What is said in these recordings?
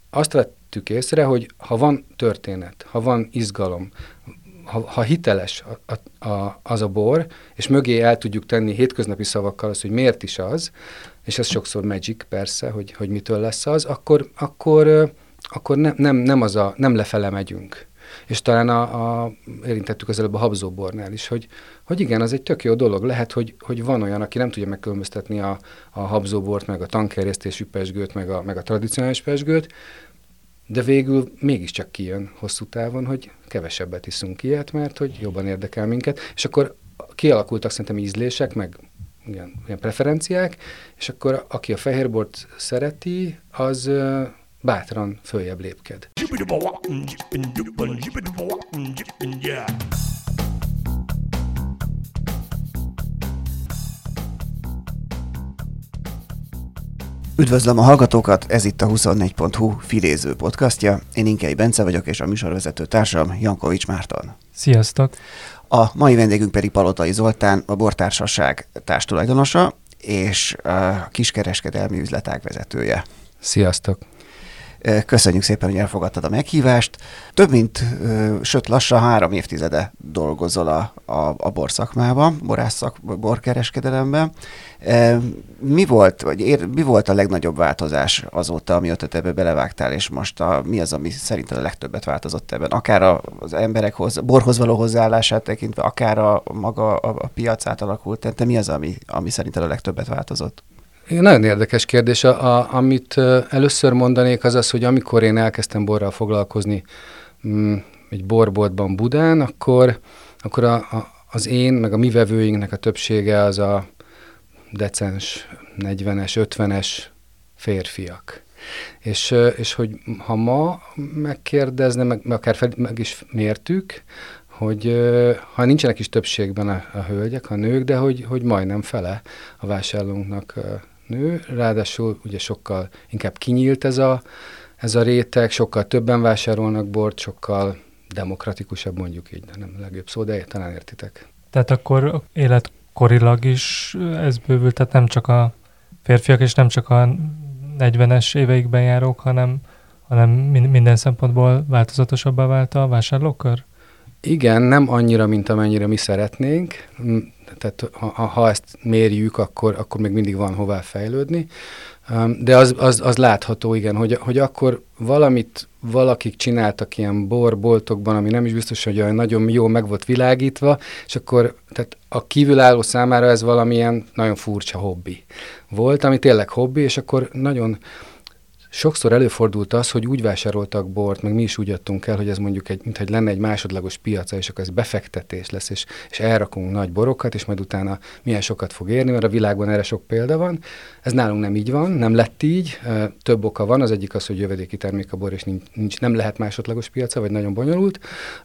azt vettük észre, hogy ha van történet, ha van izgalom, ha hiteles az a bor, és mögé el tudjuk tenni hétköznapi szavakkal azt, hogy miért is az, és ez sokszor magic persze, hogy mitől lesz az, akkor nem lefele megyünk. És talán érintettük az előbb a habzóbornál is, hogy igen, az egy tök jó dolog. Lehet, hogy van olyan, aki nem tudja megkülönböztetni a habzóbort, meg a tankerjesztésű pezsgőt, meg a tradicionális pezsgőt, de végül mégiscsak kijön hosszú távon, hogy kevesebbet iszunk ilyet, mert hogy jobban érdekel minket. És akkor kialakultak szerintem ízlések, meg ilyen preferenciák, és akkor aki a fehérbort szereti, az bátran följebb lépked. Üdvözlöm a hallgatókat, ez itt a 24.hu filéző podcastja. Én Inkei Bence vagyok, és a műsorvezető társam Jankovics Márton. Sziasztok! A mai vendégünk pedig Palotai Zoltán, a Bortársaság társtulajdonosa és a kiskereskedelmi üzletág vezetője. Sziasztok! Köszönjük szépen, hogy elfogadtad a meghívást. Több mint, sőt lassan 3 évtizede dolgozol a borszakmában, borkereskedelemben. Mi volt a legnagyobb változás azóta, amióta te ebbe belevágtál, és most mi az, ami szerinted a legtöbbet változott ebben? Akár az emberek borhoz való hozzáállását tekintve, akár maga a piac átalakult. Te mi az, ami szerinted a legtöbbet változott? Nagyon érdekes kérdés. Amit először mondanék, az, hogy amikor én elkezdtem borral foglalkozni egy borboltban Budán, akkor az én, meg a mi vevőinknek a többsége az a decens 40-es, 50-es férfiak. És hogy ha ma megkérdezne, meg akár meg is mértük, hogy ha nincsenek is többségben a hölgyek, a nők, de hogy majdnem fele a vásárlónknak nő, ráadásul ugye sokkal inkább kinyílt ez a réteg, sokkal többen vásárolnak bort, sokkal demokratikusabb, mondjuk így, de nem a legjobb szó, de talán értitek. Tehát akkor életkorilag is ez bővült, tehát nem csak a férfiak és nem csak a 40-es éveikben járók, hanem minden szempontból változatosabbá vált a vásárlókör? Igen, nem annyira, mint amennyire mi szeretnénk. Tehát ha ezt mérjük, akkor még mindig van hová fejlődni. De az látható, igen, hogy akkor valakik csináltak ilyen borboltokban, ami nem is biztos, hogy olyan nagyon jól meg volt világítva, és akkor tehát a kívülálló számára ez valamilyen nagyon furcsa hobbi volt, ami tényleg hobbi, és akkor nagyon sokszor előfordult az, hogy úgy vásároltak bort, meg mi is úgy adtunk el, hogy ez mondjuk mintha lenne egy másodlagos piaca, és akkor ez befektetés lesz, és elrakunk nagy borokat, és majd utána milyen sokat fog érni, mert a világban erre sok példa van. Ez nálunk nem így van, nem lett így. Több oka van, az egyik az, hogy jövedéki termék a bor, és nem lehet másodlagos piaca, vagy nagyon bonyolult.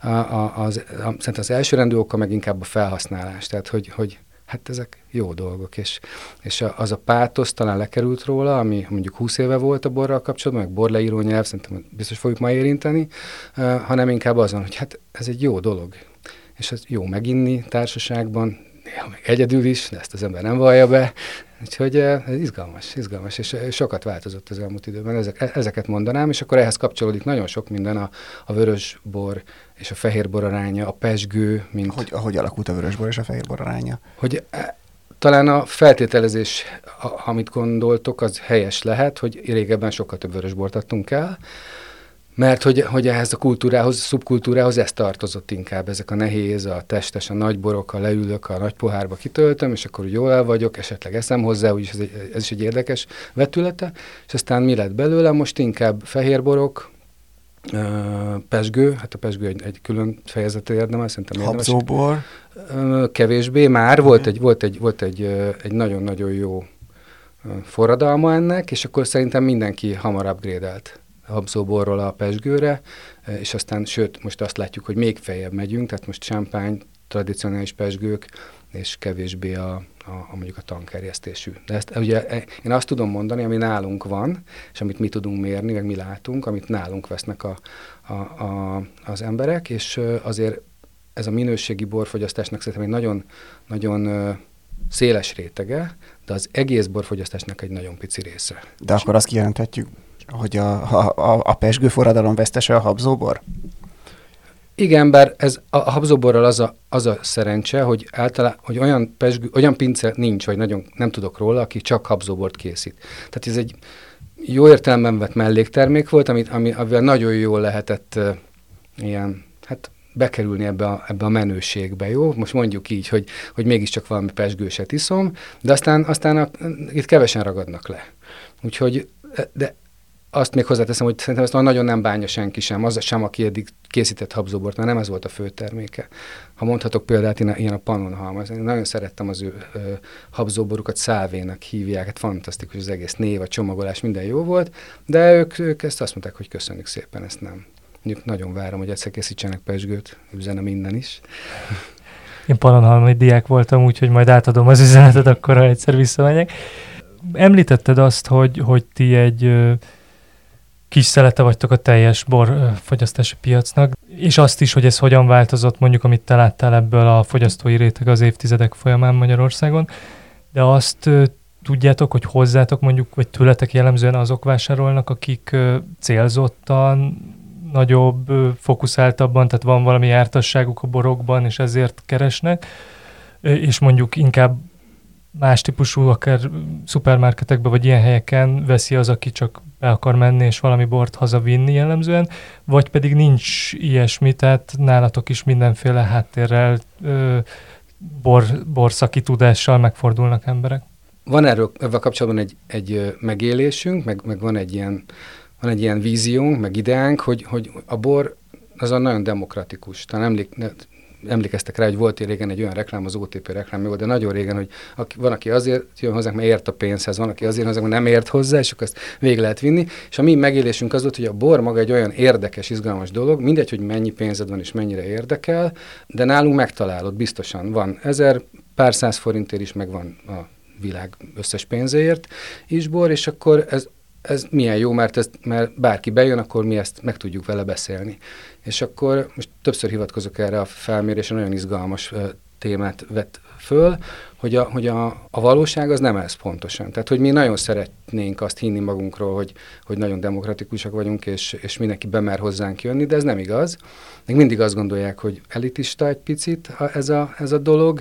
Szerintem az elsőrendű oka meg inkább a felhasználás, tehát hogy hát ezek jó dolgok, és az a pátosz talán lekerült róla, ami mondjuk 20 éve volt a borral kapcsolatban, meg borleíró nyelv, szerintem biztos fogjuk ma érinteni, hanem inkább azon, hogy hát ez egy jó dolog, és ez jó meginni társaságban, néha meg egyedül is, de ezt az ember nem vallja be, úgyhogy ez izgalmas, és sokat változott az elmúlt időben, ezeket mondanám, és akkor ehhez kapcsolódik nagyon sok minden, a vörösbor és a fehérbor aránya, a pezsgő, mint... Hogy alakult a vörösbor és a fehérbor aránya? Hogy talán a feltételezés, amit gondoltok, az helyes lehet, hogy régebben sokkal több vörösbort adtunk el, mert hogy ehhez a kultúrához, szubkultúrához ez tartozott inkább, ezek a nehéz, a testes, a nagy borok, a leülök, a nagy pohárba kitöltöm, és akkor úgy jól el vagyok, esetleg eszem hozzá, úgyis ez is egy érdekes vetülete, és aztán mi lett belőle? Most inkább fehérborok, pezsgő, hát a pezsgő egy külön fejezetet érdemel, szerintem érdemes. Habzóbor? Kevésbé, már volt egy nagyon-nagyon jó forradalma ennek, és akkor szerintem mindenki hamar upgrade-elt a habzóborról a pezsgőre, és aztán, sőt, most azt látjuk, hogy még feljebb megyünk, tehát most champagne, tradicionális pezsgők, és kevésbé mondjuk a tankerjesztésű. De ezt ugye én azt tudom mondani, ami nálunk van, és amit mi tudunk mérni, meg mi látunk, amit nálunk vesznek az emberek, és azért ez a minőségi borfogyasztásnak szerintem egy nagyon, nagyon széles rétege, de az egész borfogyasztásnak egy nagyon pici része. De akkor azt kijelenthetjük, hogy a pezsgő forradalom vesztese a habzóbor? Igen, bár ez a habzóborral az a szerencse, hogy általában hogy olyan pince nincs, vagy nagyon nem tudok róla, aki csak habzóbort készít. Tehát ez egy jó értelemben vett melléktermék volt, amivel nagyon jól lehetett ilyen, hát bekerülni ebbe a menőségbe, jó? Most mondjuk így, hogy mégiscsak valami pezsgőset iszom, de aztán itt kevesen ragadnak le. Úgyhogy, de azt még hozzáteszem, hogy szerintem ezt nagyon nem bánja senki sem, az sem, aki eddig készített habzóbort, mert nem ez volt a fő terméke. Ha mondhatok példát, ilyen a Pannonhalma. Én nagyon szerettem az ő habzóborukat, Szálvénak hívják, hát fantasztikus az egész név, a csomagolás, minden jó volt, de ők ezt azt mondták, hogy köszönjük szépen, ezt nem. Mondjuk nagyon várom, hogy egyszer készítsenek pezsgőt, üzenem innen is. Én pannonhalmai diák voltam, úgyhogy majd átadom az üzenetet, akkor ha egyszer visszamegyek. Említetted azt, hogy ti egy kis szelete vagytok a teljes borfogyasztási piacnak, és azt is, hogy ez hogyan változott, mondjuk, amit te láttál ebből a fogyasztói réteg az évtizedek folyamán Magyarországon, de azt tudjátok, hogy hozzátok mondjuk, vagy tőletek jellemzően azok vásárolnak, akik célzottan, nagyobb, fókuszáltabban, tehát van valami jártasságuk a borokban, és ezért keresnek, és mondjuk inkább más típusú, akár szupermarketekben, vagy ilyen helyeken veszi az, aki csak be akar menni, és valami bort hazavinni jellemzően, vagy pedig nincs ilyesmi, tehát nálatok is mindenféle háttérrel, borszaki tudással megfordulnak emberek. Van ebben kapcsolatban egy megélésünk, meg van egy ilyen víziónk, meg ideánk, hogy a bor azon nagyon demokratikus. Talán emlékeztek rá, hogy volt régen egy olyan reklám, az OTP reklám volt, de nagyon régen, hogy van, aki azért jön hozzánk, mert ért a pénzhez, van, aki azért hozzánk, mert nem ért hozzá, és akkor ezt végig lehet vinni. És a mi megélésünk az volt, hogy a bor maga egy olyan érdekes, izgalmas dolog, mindegy, hogy mennyi pénzed van és mennyire érdekel, de nálunk megtalálod, biztosan van 1000, pár száz forintért is, meg van a világ összes pénzéért is bor, és akkor ez milyen jó, mert bárki bejön, akkor mi ezt meg tudjuk vele beszélni. És akkor most többször hivatkozok erre a felmérésre, nagyon izgalmas témát vett föl, hogy a valóság az nem ez pontosan. Tehát, hogy mi nagyon szeretnénk azt hinni magunkról, hogy nagyon demokratikusak vagyunk, és mindenki bemer hozzánk jönni, de ez nem igaz. Még mindig azt gondolják, hogy elitista egy picit ez a dolog.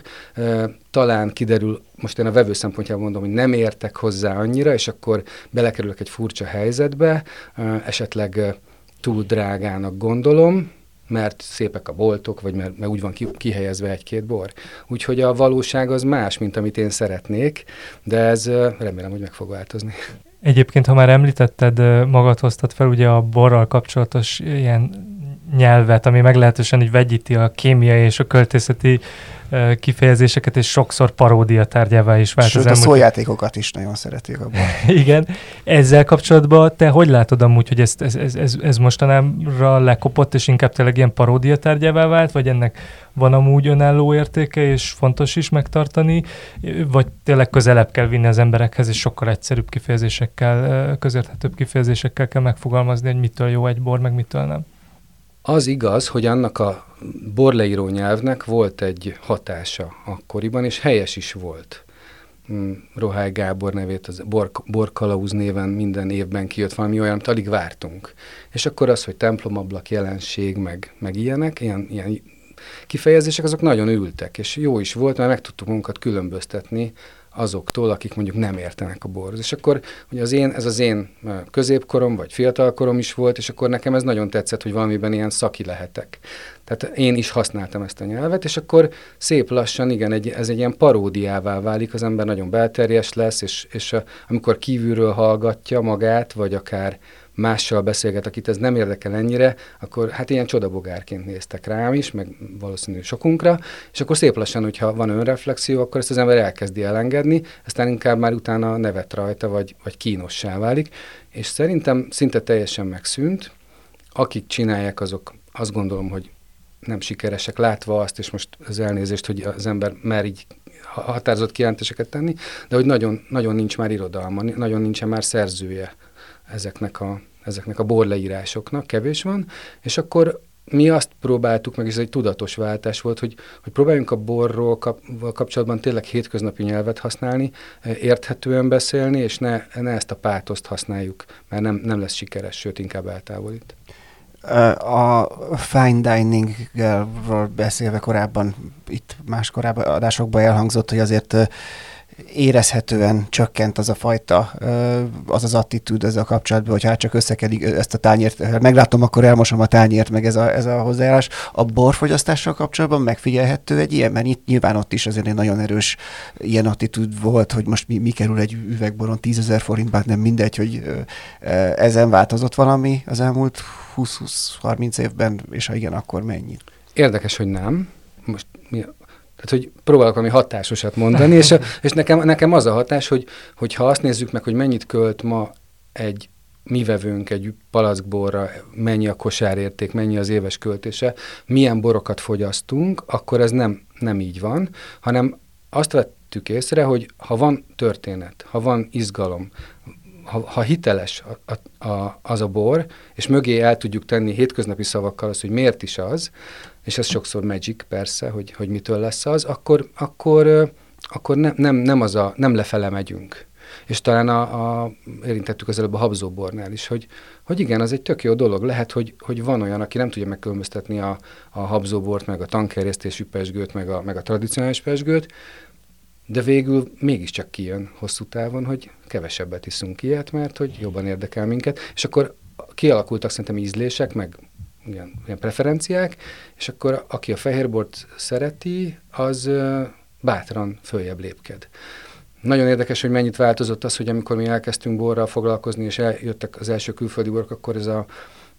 Talán kiderül, most én a vevő szempontjából mondom, hogy nem értek hozzá annyira, és akkor belekerülök egy furcsa helyzetbe, esetleg túl drágának gondolom, mert szépek a boltok, vagy mert úgy van kihelyezve egy-két bor. Úgyhogy a valóság az más, mint amit én szeretnék, de ez remélem, hogy meg fog változni. Egyébként, ha már említetted, magad hoztad fel ugye a borral kapcsolatos ilyen nyelvet, ami meglehetősen így vegyíti a kémiai és a költészeti kifejezéseket, és sokszor paródia tárgyává is vált. Sőt, a szójátékokat is nagyon szeretik a bor. Igen. Ezzel kapcsolatban te hogy látod amúgy, hogy ez mostanában lekopott, és inkább tényleg ilyen paródia tárgyává vált, vagy ennek van amúgy önálló értéke, és fontos is megtartani, vagy tényleg közelebb kell vinni az emberekhez, és sokkal egyszerűbb kifejezésekkel, közérthetőbb kifejezésekkel kell megfogalmazni, hogy mitől jó egy bor, meg mitől nem? Az igaz, hogy annak a borleíró nyelvnek volt egy hatása akkoriban, és helyes is volt. Rohály Gábor nevét, az Borkalauz néven minden évben kijött valami olyan, amit alig vártunk. És akkor az, hogy templomablak jelenség, meg ilyenek, ilyen kifejezések, azok nagyon ültek, és jó is volt, mert meg tudtuk magunkat különböztetni azoktól, akik mondjuk nem értenek a borhoz. És akkor ugye ez az én középkorom, vagy fiatalkorom is volt, és akkor nekem ez nagyon tetszett, hogy valamiben ilyen szaki lehetek. Tehát én is használtam ezt a nyelvet, és akkor szép lassan, igen, ez egy ilyen paródiává válik, az ember nagyon belterjes lesz, és amikor kívülről hallgatja magát, vagy akár mással beszélget, akit ez nem érdekel ennyire, akkor hát ilyen csodabogárként néztek rám is, meg valószínű sokunkra, és akkor szép lassan, hogyha van önreflexió, akkor ezt az ember elkezdi elengedni, aztán inkább már utána nevet rajta, vagy kínossá válik, és szerintem szinte teljesen megszűnt. Akik csinálják, azok azt gondolom, hogy nem sikeresek, látva azt, és most az elnézést, hogy az ember már így határozott kijelentéseket tenni, de hogy nagyon, nagyon nincs már irodalma, nagyon nincsen már szerzője ezeknek a borleírásoknak, kevés van, és akkor mi azt próbáltuk meg, és ez egy tudatos váltás volt, hogy próbáljunk a borról kapcsolatban tényleg hétköznapi nyelvet használni, érthetően beszélni, és ne ezt a pátoszt használjuk, mert nem lesz sikeres, sőt, inkább eltávolít. A fine dining-ről beszélve korábban, itt más korábban adásokban elhangzott, hogy azért érezhetően csökkent az a fajta, az attitűd ezzel kapcsolatban, hogy hát csak összekedik ezt a tányért, meglátom, akkor elmosom a tányért, meg ez a hozzájárás. A borfogyasztással kapcsolatban megfigyelhető egy ilyen, mert itt nyilván ott is azért egy nagyon erős ilyen attitűd volt, hogy most mi kerül egy üvegboron 10 000 forintba, hát nem mindegy, hogy ezen változott valami az elmúlt 20-30 évben, és ha igen, akkor mennyit? Érdekes, hogy nem. Most tehát, hogy próbálok valami hatásosat mondani, és nekem az a hatás, hogy ha azt nézzük meg, hogy mennyit költ ma mi vevőnk egy palackborra, mennyi a kosárérték, mennyi az éves költése, milyen borokat fogyasztunk, akkor ez nem így van, hanem azt vettük észre, hogy ha van történet, ha van izgalom, ha hiteles az a bor, és mögé el tudjuk tenni hétköznapi szavakkal azt, hogy miért is az, és ez sokszor magic persze, hogy mitől lesz az, akkor nem lefele megyünk. És talán érintettük az előbb a habzóbornál is, hogy igen, az egy tök jó dolog. Lehet, hogy van olyan, aki nem tudja megkülönböztetni a habzóbort, meg a tankerjesztésű pezsgőt, meg a tradicionális pezsgőt, de végül mégiscsak kijön hosszú távon, hogy kevesebbet iszunk ilyet, mert hogy jobban érdekel minket, és akkor kialakultak szerintem ízlések, meg ilyen preferenciák, és akkor aki a fehérbort szereti, az bátran följebb lépked. Nagyon érdekes, hogy mennyit változott az, hogy amikor mi elkezdtünk borral foglalkozni, és eljöttek az első külföldi borok, akkor ez a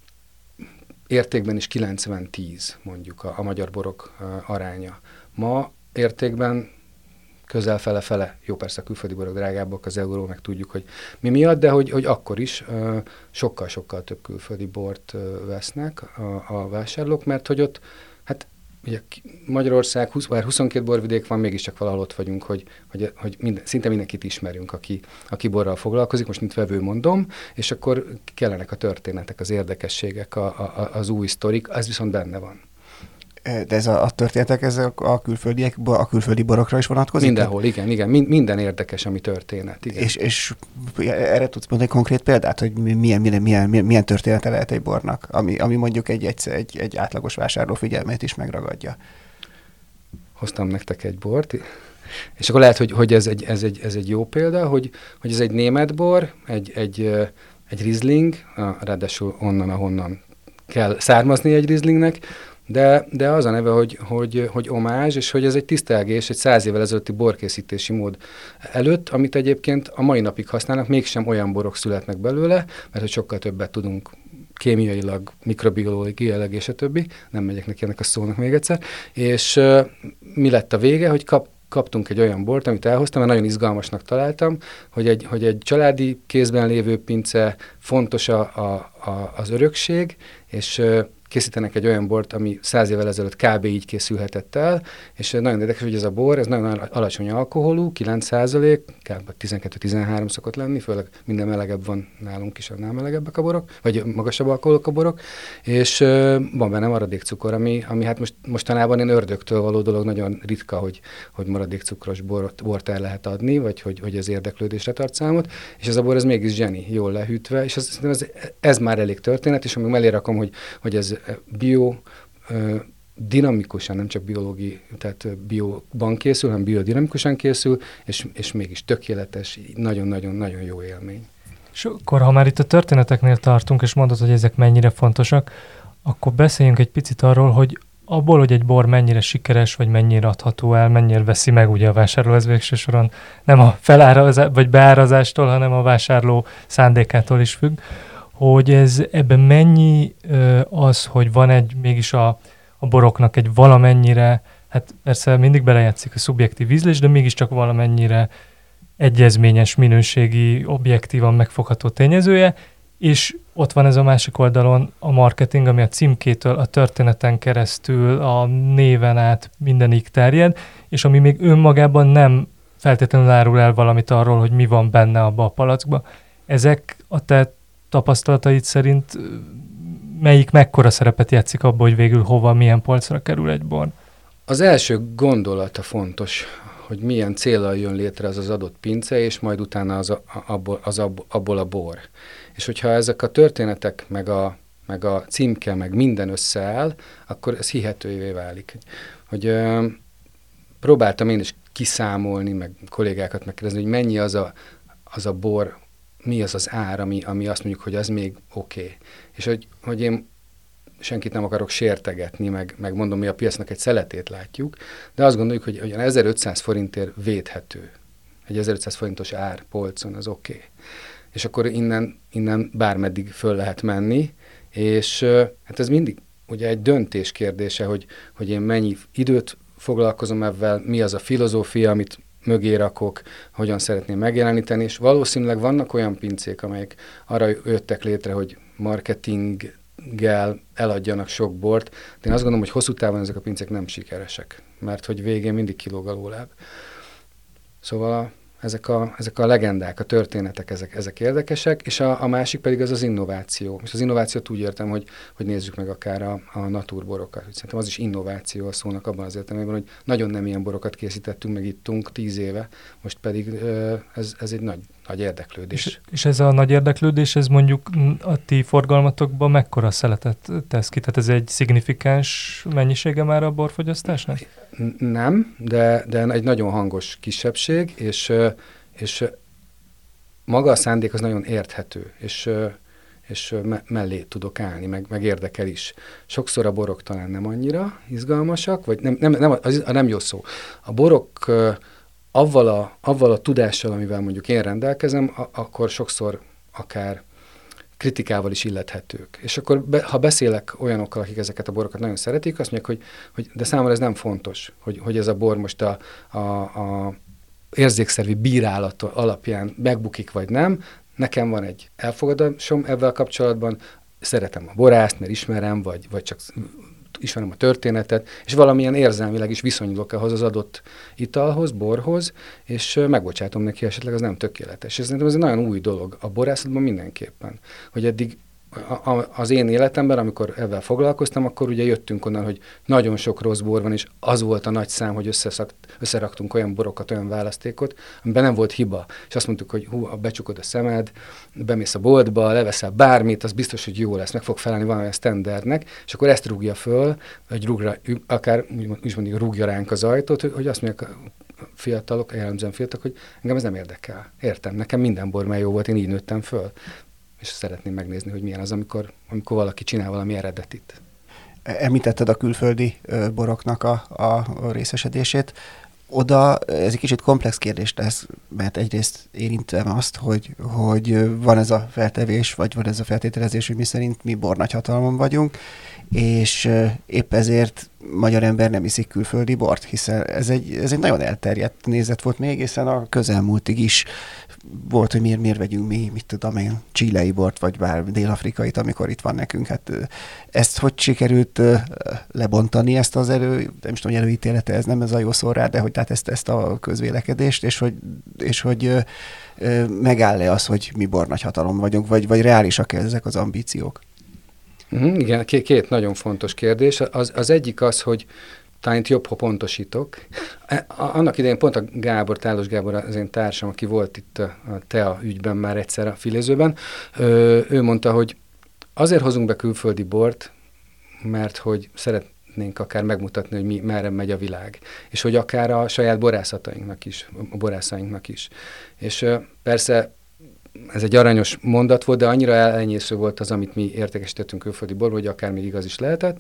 értékben is 90-10 mondjuk a magyar borok aránya. Ma értékben közel fele-fele, jó persze a külföldi borok drágábbak, az euró, meg tudjuk, hogy mi miatt, de hogy akkor is sokkal-sokkal több külföldi bort vesznek a vásárlók, mert hogy ott, hát ugye Magyarország, 22 borvidék van, mégiscsak valahol ott vagyunk, hogy szinte mindenkit ismerünk, aki borral foglalkozik, most mint vevő mondom, és akkor kellenek a történetek, az érdekességek, az új sztorik, ez viszont benne van. De ez a történetek, ez a külföldi borokra is vonatkozik? Mindenhol, igen. Minden érdekes, ami történet. Igen. És erre tudsz mondani konkrét példát, hogy milyen története lehet egy bornak, ami mondjuk egy átlagos vásárló figyelmét is megragadja? Hoztam nektek egy bort, és akkor lehet, hogy ez egy jó példa, hogy ez egy német bor, egy Riesling, ráadásul onnan, ahonnan kell származni egy Rieslingnek, de az a neve, hogy omázs, és hogy ez egy tisztelgés egy 100 évvel ezelőtti borkészítési mód előtt, amit egyébként a mai napig használnak, mégsem olyan borok születnek belőle, mert hogy sokkal többet tudunk kémiailag, mikrobiológiailag és a többi, nem megyek neki ennek a szónak még egyszer, és mi lett a vége, hogy kaptunk egy olyan bort, amit elhoztam, mert nagyon izgalmasnak találtam, hogy egy családi kézben lévő pince, fontos az örökség, és készítenek egy olyan bort, ami 100 évvel ezelőtt kb. Így készülhetett el, és nagyon érdekes, hogy ez a bor, ez nagyon alacsony alkoholú, 9%, kb. 12-13 szokott lenni, főleg minden melegebb van nálunk is, annál melegebbek a borok, vagy magasabb alkoholok a borok, és van benne maradékcukor, ami hát mostanában ilyen ördögtől való dolog, nagyon ritka, hogy maradékcukros bort el lehet adni, vagy hogy az érdeklődésre tart számot, és ez a bor, ez mégis zseni, jól lehűtve, és ez már elég történet, és amíg mellé rakom, hogy ez dinamikusan, nem csak tehát bioban készül, hanem biodinamikusan készül, és mégis tökéletes, nagyon-nagyon-nagyon jó élmény. És akkor, ha már itt a történeteknél tartunk, és mondod, hogy ezek mennyire fontosak, akkor beszéljünk egy picit arról, hogy abból, hogy egy bor mennyire sikeres, vagy mennyire adható el, mennyire veszi meg ugye a vásárló, ez végső soron nem a vagy beárazástól, hanem a vásárló szándékától is függ, hogy ebben mennyi az, hogy van mégis a boroknak egy valamennyire, hát persze mindig belejátszik a szubjektív ízlés, de mégiscsak valamennyire egyezményes, minőségi, objektívan megfogható tényezője, és ott van ez a másik oldalon a marketing, ami a címkétől, a történeten keresztül, a néven át mindenig terjed, és ami még önmagában nem feltétlenül árul el valamit arról, hogy mi van benne abba a palackba. Ezek a te tapasztalataid szerint melyik mekkora szerepet játszik abban, hogy végül hova, milyen polcra kerül egy bor? Az első gondolata fontos, hogy milyen céllal jön létre az adott pince, és majd utána abból a bor. És hogyha ezek a történetek, meg a címke, meg minden összeáll, akkor ez hihetővé válik. Hogy próbáltam én is kiszámolni, meg kollégákat megkérdezni, hogy mennyi az a bor, mi az ár, ami azt mondjuk, hogy az még oké. És hogy én senkit nem akarok sértegetni, meg mondom, mi a piacnak egy szeletét látjuk, de azt gondoljuk, hogy 1500 forintért védhető. Egy 1500 forintos ár polcon, az oké. És akkor innen bármeddig föl lehet menni, és hát ez mindig ugye egy döntés kérdése, hogy én mennyi időt foglalkozom ebben, mi az a filozófia, amit mögé rakok, hogyan szeretném megjeleníteni, és valószínűleg vannak olyan pincék, amelyek arra jöttek létre, hogy marketinggel eladjanak sok bort, de én azt gondolom, hogy hosszú távon ezek a pincék nem sikeresek, mert hogy végén mindig kilóg a lóláb. Szóval ezek a legendák, a történetek, ezek érdekesek, és a másik pedig az innováció. És az innovációt úgy értem, hogy nézzük meg akár a naturborokat. Szerintem az is innováció a szónak abban az értelemben, hogy nagyon nem ilyen borokat készítettünk, meg ittunk 10 éve, most pedig ez egy nagy érdeklődés. És ez a nagy érdeklődés, ez mondjuk a ti forgalmatokban mekkora szeletet tesz ki? Tehát ez egy szignifikáns mennyisége már a borfogyasztásnak? Nem, de egy nagyon hangos kisebbség, és maga a szándék az nagyon érthető, és mellé tudok állni, meg érdekel is. Sokszor a borok talán nem annyira izgalmasak, vagy nem jó szó. A borok avval a tudással, amivel mondjuk én rendelkezem, akkor sokszor akár kritikával is illethetők. És akkor, ha beszélek olyanokkal, akik ezeket a borokat nagyon szeretik, azt mondják, hogy de számomra ez nem fontos, hogy ez a bor most a érzékszervi bírálat alapján megbukik vagy nem. Nekem van egy elfogadásom ebben kapcsolatban, szeretem a borászt, mert ismerem, vagy csak ismerem a történetet, és valamilyen érzelmileg is viszonyulok ahhoz az adott italhoz, borhoz, és megbocsátom neki, esetleg az nem tökéletes. És szerintem ez egy nagyon új dolog a borászatban mindenképpen, hogy eddig az én életemben, amikor ebben foglalkoztam, akkor ugye jöttünk onnan, hogy nagyon sok rossz bor van, és az volt a nagy szám, hogy összeraktunk olyan borokat, olyan választékot, amiben nem volt hiba. És azt mondtuk, hogy becsukod a szemed, bemész a boltba, leveszel bármit, az biztos, hogy jó lesz, meg fog felelni valamilyen standardnek, és akkor ezt rúgja föl, akár úgy mondjuk rúgja ránk az ajtót, hogy azt mondják a fiatalok, jellemzően fiatalok, hogy engem ez nem érdekel. Értem, nekem minden bor már jó volt, én így nőttem föl. És szeretném megnézni, hogy milyen az, amikor valaki csinál valami eredetit. Említetted a külföldi boroknak a részesedését. Oda ez egy kicsit komplex kérdés lesz, mert egyrészt érintem azt, hogy van ez a feltevés, vagy van ez a feltételezés, hogy mi szerint mi bornagyhatalmon vagyunk, és épp ezért magyar ember nem iszik külföldi bort, hiszen ez egy nagyon elterjedt nézet volt még egészen a közelmúltig is. Volt, hogy miért vegyünk mi, mit tudom én, chilei bort, vagy bár dél-afrikait, amikor itt van nekünk. Hát ezt hogy sikerült lebontani, ezt az nem is tudom, előítélete, ez nem ez a jó szó rá, de hogy tehát ezt a közvélekedést, és hogy megáll-e az, hogy mi bornagyhatalom vagyunk, vagy reálisak ezek az ambíciók? Igen, két nagyon fontos kérdés. Az egyik az, hogy talán itt jobb, ha pontosítok. Annak idején pont a Tálos Gábor, az én társam, aki volt itt a TEA ügyben már egyszer a Filézőben, ő mondta, hogy azért hozunk be külföldi bort, mert hogy szeretnénk akár megmutatni, hogy merre megy a világ. És hogy akár a saját borászatainknak is, a borászainknak is. És persze ez egy aranyos mondat volt, de annyira elenyésző volt az, amit mi értékesítettünk külföldi borból, hogy akár még igaz is lehetett.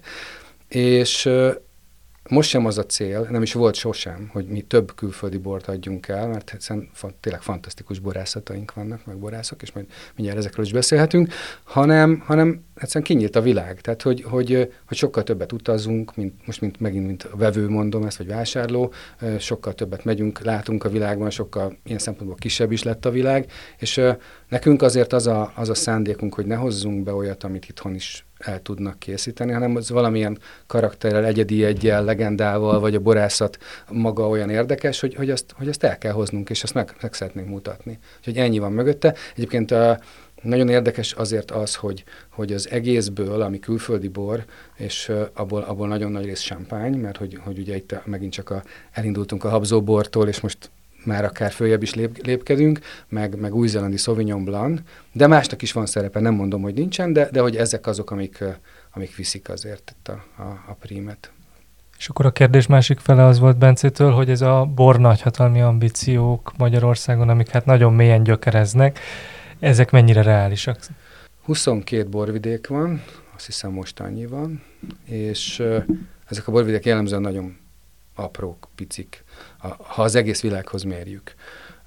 És most sem az a cél, nem is volt sosem, hogy mi több külföldi bort adjunk el, mert egyszerűen tényleg fantasztikus borászataink vannak, meg borászok, és majd mindjárt ezekről is beszélhetünk, hanem egyszerűen kinyílt a világ. Tehát, hogy sokkal többet utazunk, mint a vevő, mondom ezt, vagy vásárló, sokkal többet megyünk, látunk a világban, sokkal ilyen szempontból kisebb is lett a világ, és nekünk azért az a szándékunk, hogy ne hozzunk be olyat, amit itthon is el tudnak készíteni, hanem az valamilyen karakterrel, egyedi eggyel, legendával, vagy a borászat maga olyan érdekes, hogy azt el kell hoznunk, és azt meg szeretnénk mutatni. Úgyhogy ennyi van mögötte. Egyébként Nagyon érdekes azért az, hogy az egészből, ami külföldi bor, és abból nagyon nagy rész champagne, mert hogy ugye itt megint csak elindultunk a habzóbortól, és most már akár följebb is lépkedünk, meg új-zélandi Sauvignon Blanc, de másnak is van szerepe, nem mondom, hogy nincsen, de hogy ezek azok, amik viszik azért itt a prímet. És akkor a kérdés másik fele az volt Bencétől, hogy ez a bor nagyhatalmi ambíciók Magyarországon, amik hát nagyon mélyen gyökereznek, ezek mennyire reálisak? 22 borvidék van, azt hiszem most annyi van, és ezek a borvidék jellemzően nagyon aprók, picik, ha az egész világhoz mérjük.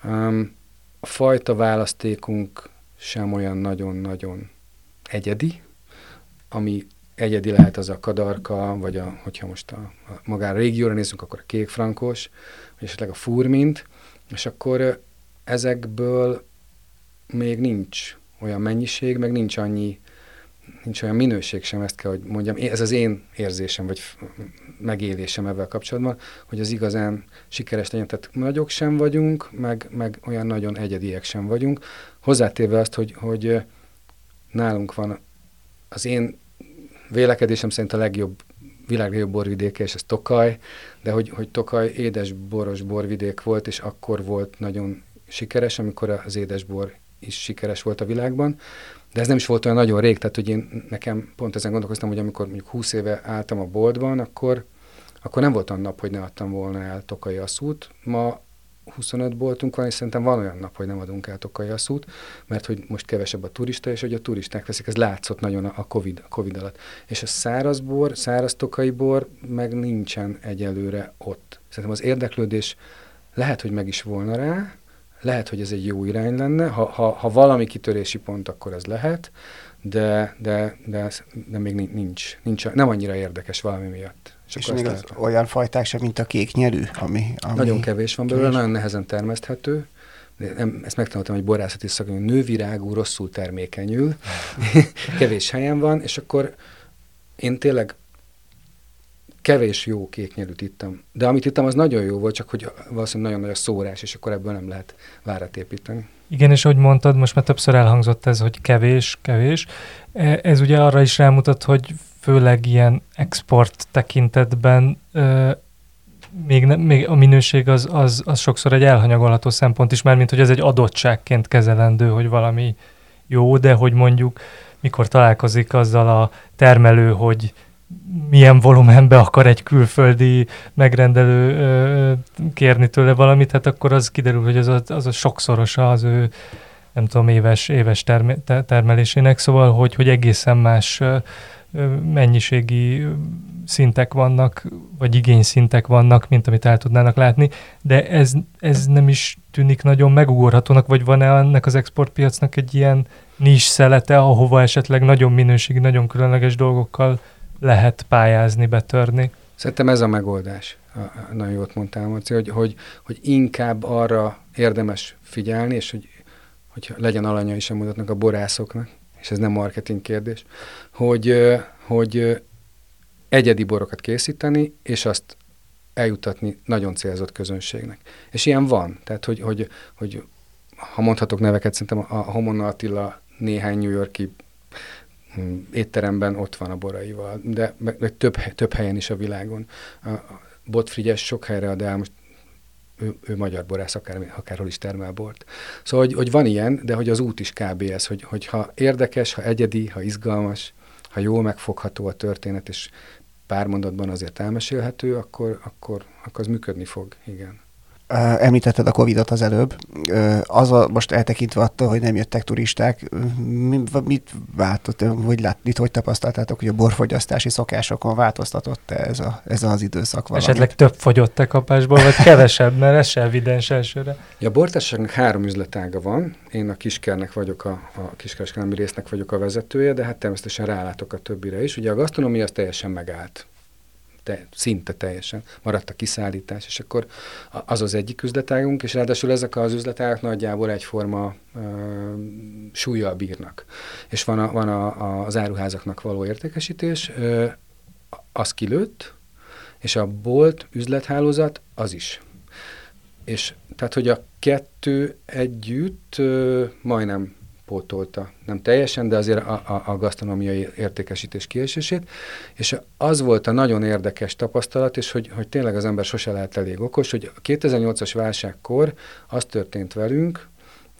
A fajta választékunk sem olyan nagyon-nagyon egyedi, ami egyedi lehet az a kadarka, vagy hogyha most magán a régióra nézzünk, akkor a kékfrankos, vagy esetleg a furmint, és akkor ezekből még nincs olyan mennyiség, meg nincs olyan minőség sem, ezt kell, hogy mondjam. Ez az én érzésem, vagy megélésem ebben kapcsolatban, hogy az igazán sikeres legyen. Tehát nagyok sem vagyunk, meg olyan nagyon egyediek sem vagyunk. Hozzátéve azt, hogy nálunk van az én vélekedésem szerint a világ legjobb borvidéke, és ez Tokaj, de hogy Tokaj édesboros borvidék volt, és akkor volt nagyon sikeres, amikor az édesbor is sikeres volt a világban, de ez nem is volt olyan nagyon rég, tehát hogy nekem pont ezen gondolkoztam, hogy amikor mondjuk 20 éve álltam a boltban, akkor nem volt olyan nap, hogy ne adtam volna el tokai asszút. Ma 25 boltunk van, és szerintem van olyan nap, hogy nem adunk el tokai asszút, mert hogy most kevesebb a turista, és hogy a turisták veszik, ez látszott nagyon a Covid alatt. És a száraz tokai bor meg nincsen egyelőre ott. Szerintem az érdeklődés lehet, hogy meg is volna rá, lehet, hogy ez egy jó irány lenne, ha valami kitörési pont, akkor ez lehet, de még nincs, nem annyira érdekes valami miatt. És még olyan fajták sem, mint a kéknyelű, ami nagyon kevés van belőle, nagyon nehezen termeszthető. Ezt megtanultam egy borászati szakon, hogy nővirágú, rosszul termékenyül, kevés helyen van, és akkor én tényleg kevés jó kéknyelűt ittam. De amit ittam, az nagyon jó volt, csak hogy valószínűleg nagyon nagy a szórás, és akkor ebből nem lehet várat építeni. Igen, és ahogy mondtad, most már többször elhangzott ez, hogy kevés. Ez ugye arra is rámutat, hogy főleg ilyen export tekintetben még a minőség az sokszor egy elhanyagolható szempont is, mármint hogy ez egy adottságként kezelendő, hogy valami jó, de hogy mondjuk mikor találkozik azzal a termelő, hogy milyen volumenbe akar egy külföldi megrendelő kérni tőle valamit, hát akkor az kiderül, hogy az a sokszorosa az ő, nem tudom, éves termelésének, szóval, hogy egészen más mennyiségi szintek vannak, vagy igényszintek vannak, mint amit el tudnának látni, de ez nem is tűnik nagyon megugorhatónak, vagy van-e ennek az exportpiacnak egy ilyen nis szelete, ahova esetleg nagyon minőségi, nagyon különleges dolgokkal lehet pályázni, betörni? Szerintem ez a megoldás. Nagyon jót mondtál, Marci, hogy inkább arra érdemes figyelni, és hogy legyen alanya is a mondatnak a borászoknak, és ez nem marketing kérdés, hogy egyedi borokat készíteni, és azt eljutatni nagyon célzott közönségnek. És ilyen van. Tehát, hogy ha mondhatok neveket, szerintem a Homonna Attila néhány New York-i étteremben ott van a boraival, de meg több helyen is a világon. A Bot Frigyes sok helyre ad el, most ő magyar borász, akárhol is termel bort. Szóval, hogy van ilyen, de hogy az út is kb. Ez, hogy ha érdekes, ha egyedi, ha izgalmas, ha jól megfogható a történet, és pár mondatban azért elmesélhető, akkor az működni fog, igen. Említetted a Covid-ot az előbb. Most eltekintve attól, hogy nem jöttek turisták, mit váltott, hogy tapasztaltátok, hogy a borfogyasztási szokásokon változtatott ez az időszak valamit? Esetleg több fogyott a kapásból, vagy kevesebb, mert ez se evidens elsőre. A bortársaságnak 3 üzletága van. Én a Kiskernek vagyok, a kiskereskedelmi résznek vagyok a vezetője, de hát természetesen rálátok a többire is. Ugye a gasztronómia az teljesen megállt. Szinte teljesen. Maradt a kiszállítás, és akkor az egyik üzletágunk, és ráadásul ezek az üzletágak nagyjából egyforma súllyal bírnak. És van az áruházaknak való értékesítés, az kilőtt, és a bolt üzlethálózat az is. És tehát, hogy a kettő együtt majdnem pótolta. Nem teljesen, de azért a gasztronómiai értékesítés kiesését. És az volt a nagyon érdekes tapasztalat, és hogy tényleg az ember sose lehet elég okos, hogy a 2008-as válságkor az történt velünk,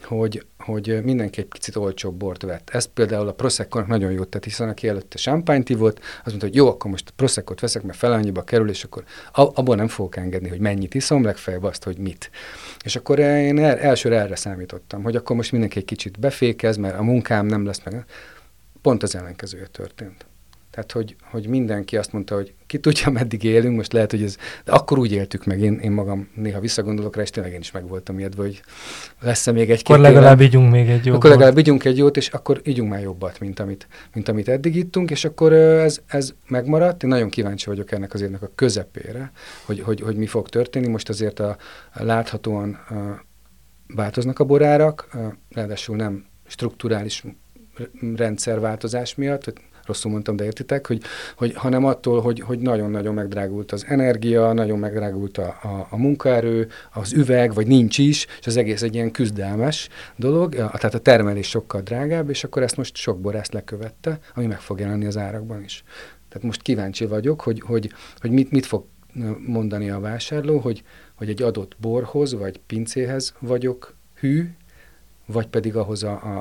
hogy mindenki egy picit olcsóbb bort vett. Ez például a Prosecco-nak nagyon jót tett, hiszen aki előtte champagne-t ivott, azt mondta, hogy jó, akkor most Prosecco-t veszek, mert fel annyiba kerül, és akkor abból nem fogok engedni, hogy mennyit iszom, legfeljebb azt, hogy mit. És akkor én elsőre erre számítottam, hogy akkor most mindenki egy kicsit befékez, mert a munkám nem lesz meg. Pont az ellenkezője történt. Tehát, hogy mindenki azt mondta, hogy ki tudja, meddig élünk, most lehet, hogy ez... De akkor úgy éltük meg, én magam néha visszagondolok rá, és tényleg én is meg voltam ilyetve, hogy lesz-e még egy-két Akkor legalább ígyunk még egy jót. Akkor legalább ígyunk egy jót, és akkor ígyunk már jobbat, mint amit eddig ittunk, és akkor ez megmaradt. Én nagyon kíváncsi vagyok ennek az évnek a közepére, hogy mi fog történni. Most azért láthatóan változnak a borárak, ráadásul nem strukturális rendszerváltozás miatt, rosszul mondtam, de értitek, hanem attól, hogy nagyon-nagyon megdrágult az energia, nagyon megdrágult a munkaerő, az üveg, vagy nincs is, és az egész egy ilyen küzdelmes dolog, tehát a termelés sokkal drágább, és akkor ezt most sok borász lekövette, ami meg fog jelenni az árakban is. Tehát most kíváncsi vagyok, hogy mit fog mondani a vásárló, hogy egy adott borhoz, vagy pincéhez vagyok hű, vagy pedig ahhoz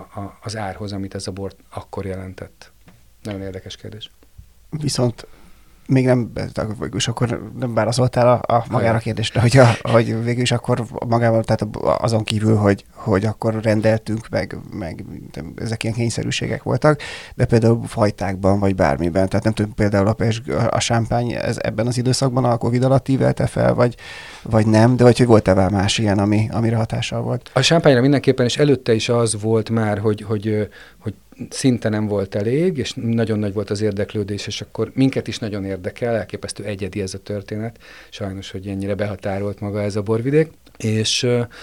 az árhoz, amit ez a bor akkor jelentett. Nagyon érdekes kérdés. Viszont még nem, végül is akkor nem válaszoltál a magára a kérdésre, hogy végül is akkor magával, tehát azon kívül, hogy akkor rendeltünk, meg ezek ilyen kényszerűségek voltak, de például fajtákban, vagy bármiben, tehát nem tudom, például a sámpány ez ebben az időszakban a Covid alatt ívelte fel, vagy nem, de hogy volt-e más ilyen, amire hatással volt? A sámpányra mindenképpen, és előtte is az volt már, hogy szinte nem volt elég, és nagyon nagy volt az érdeklődés, és akkor minket is nagyon érdekel, elképesztő egyedi ez a történet. Sajnos, hogy ennyire behatárolt maga ez a borvidék. És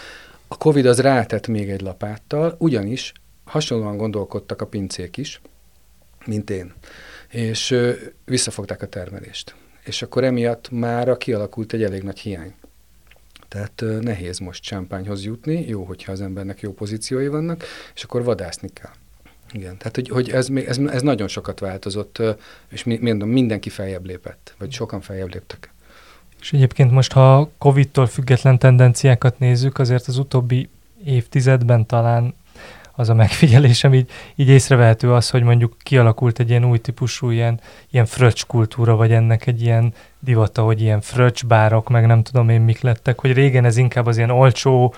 a Covid az rátett még egy lapáttal, ugyanis hasonlóan gondolkodtak a pincék is, mint én, és visszafogták a termelést. És akkor emiatt már kialakult egy elég nagy hiány. Tehát nehéz most champagnehoz jutni, jó, hogyha az embernek jó pozíciói vannak, és akkor vadászni kell. Igen, tehát hogy ez nagyon sokat változott, és mindenki feljebb lépett, vagy sokan feljebb léptek. És egyébként most, ha Covid-tól független tendenciákat nézzük, azért az utóbbi évtizedben talán az a megfigyelésem így észrevehető az, hogy mondjuk kialakult egy ilyen új típusú ilyen fröccs kultúra, vagy ennek egy ilyen divata, hogy ilyen fröccsbárok, meg nem tudom én mik lettek, hogy régen ez inkább az ilyen olcsó...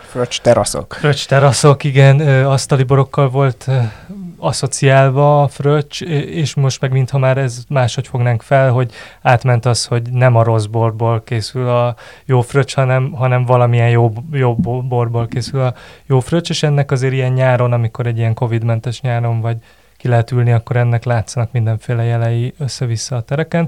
Fröccs teraszok, igen, asztali borokkal volt asszociálva a fröccs, és most meg mintha már ez máshogy fognánk fel, hogy átment az, hogy nem a rossz borból készül a jó fröccs, hanem valamilyen jó borból készül a jó fröccs, és ennek azért ilyen nyáron, amikor egy ilyen Covid-mentes nyáron vagy ki lehet ülni, akkor ennek látszanak mindenféle jelei össze-vissza a tereken.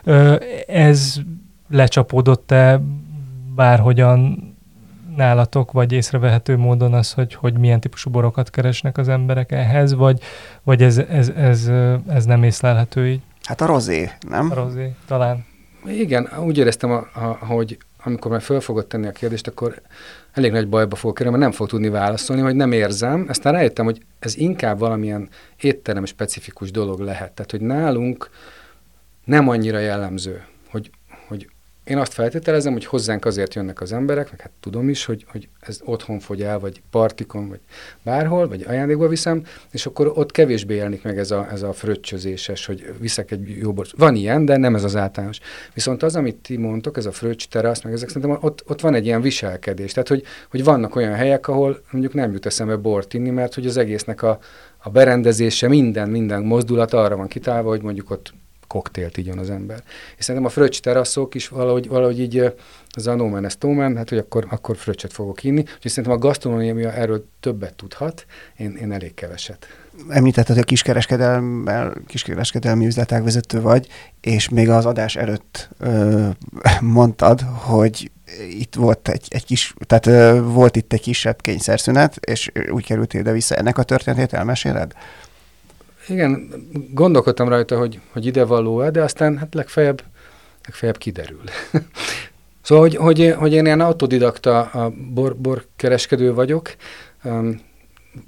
Ez lecsapódott-e bárhogyan nálatok, vagy észrevehető módon az, hogy milyen típusú borokat keresnek az emberek ehhez, vagy ez nem észlelhető így? Hát a rozé, nem? A rozé, talán. Igen, úgy éreztem, hogy amikor már föl fogod tenni a kérdést, akkor elég nagy bajba fogok kerülni, mert nem fog tudni válaszolni, vagy nem érzem. Aztán rájöttem, hogy ez inkább valamilyen étterem specifikus dolog lehet. Tehát, hogy nálunk nem annyira jellemző, hogy én azt feltételezem, hogy hozzánk azért jönnek az emberek, meg hát tudom is, hogy ez otthon fogy el, vagy partikon, vagy bárhol, vagy ajándékba viszem, és akkor ott kevésbé jelenik meg ez a fröccsözéses, hogy viszek egy jó bort. Van ilyen, de nem ez az általános. Viszont az, amit ti mondtok, ez a fröccs terasz, meg ezek szerintem ott van egy ilyen viselkedés. Tehát, hogy vannak olyan helyek, ahol mondjuk nem jut eszembe bort inni, mert hogy az egésznek a berendezése, minden mozdulat arra van kitálva, hogy mondjuk ott koktélt igyon az ember. És szerintem a fröccs teraszok is valahogy így, az a no man is no man, hát hogy akkor fröccsöt fogok inni. Úgyhogy szerintem a gasztronómia erről többet tudhat, én elég keveset. Említetted, hogy kiskereskedelmi üzletág vezető vagy, és még az adás előtt mondtad, hogy itt volt egy kis, tehát volt itt egy kisebb kényszerszünet, és úgy kerültél ide vissza. Ennek a történetét elmeséled? Igen, gondolkodtam rajta, hogy ide való-e, de aztán hát legfeljebb kiderül. Szóval, hogy én ilyen autodidakta borkereskedő vagyok,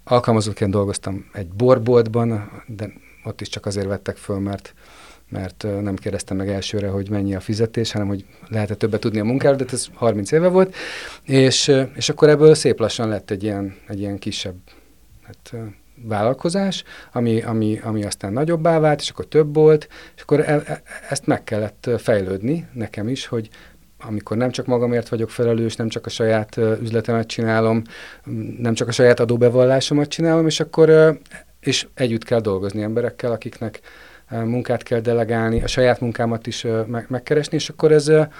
alkalmazottként dolgoztam egy borboltban, de ott is csak azért vettek föl, mert nem kérdeztem meg elsőre, hogy mennyi a fizetés, hanem hogy lehet-e többet tudni a munkáról, de ez 30 éve volt, és akkor ebből szép lassan lett egy ilyen kisebb vállalkozás, ami aztán nagyobbá vált, és akkor több volt, és akkor ezt meg kellett fejlődni nekem is, hogy amikor nem csak magamért vagyok felelős, nem csak a saját üzletemet csinálom, nem csak a saját adóbevallásomat csinálom, és együtt kell dolgozni emberekkel, akiknek munkát kell delegálni, a saját munkámat is megkeresni, és akkor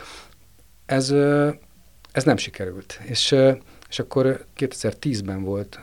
ez nem sikerült. És akkor 2010-ben volt,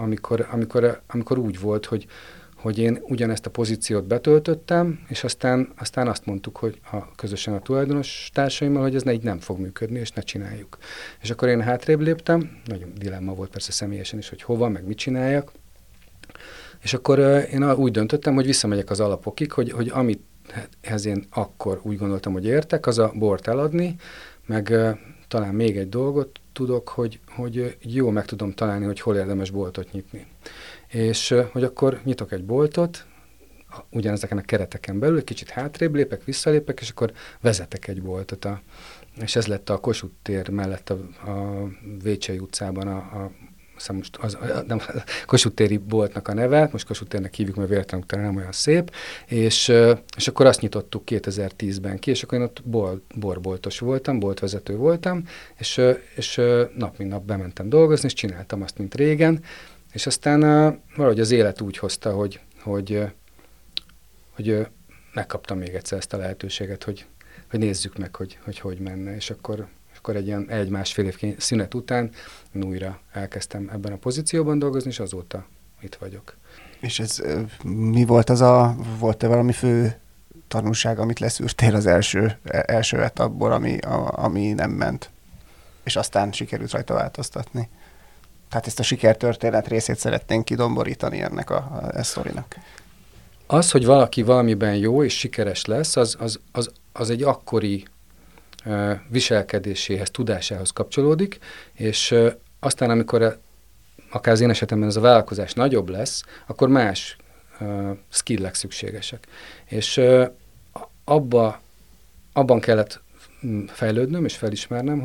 amikor úgy volt, hogy én ugyanezt a pozíciót betöltöttem, és aztán azt mondtuk, hogy közösen a tulajdonos társaimmal, hogy ez így nem fog működni, és ne csináljuk. És akkor én hátrébb léptem, nagyon dilemma volt persze személyesen is, hogy hova, meg mit csináljak, és akkor én úgy döntöttem, hogy visszamegyek az alapokig, hogy amithez én akkor úgy gondoltam, hogy értek, az a bort eladni, meg talán még egy dolgot tudok, hogy jól meg tudom találni, hogy hol érdemes boltot nyitni. És hogy akkor nyitok egy boltot, ugyanezeken a kereteken belül, egy kicsit hátrébb lépek, visszalépek, és akkor vezetek egy boltot. És ez lett a Kossuth tér mellett a Vécsei utcában nem, Kossuth téri boltnak a neve, most Kossuth térnek hívjuk, mert véletlenül utána nem olyan szép, és akkor azt nyitottuk 2010-ben ki, és akkor én ott borboltos voltam, boltvezető voltam, és nap mint nap bementem dolgozni, és csináltam azt, mint régen, és aztán valahogy az élet úgy hozta, hogy megkaptam még egyszer ezt a lehetőséget, hogy nézzük meg, hogy menne, és akkor egy ilyen 1-1,5 év szünet után újra elkezdtem ebben a pozícióban dolgozni, és azóta itt vagyok. És ez mi volt volt-e valami fő tanulság, amit leszűrtél az első etapból, ami nem ment, és aztán sikerült rajta változtatni? Tehát ezt a sikertörténet részét szeretnénk kidomborítani ennek a sztorinak. Az, hogy valaki valamiben jó és sikeres lesz, az egy akkori viselkedéséhez, tudásához kapcsolódik, és aztán, amikor akár az én esetemben ez a vállalkozás nagyobb lesz, akkor más skillek szükségesek. És abban kellett fejlődnöm és felismernem,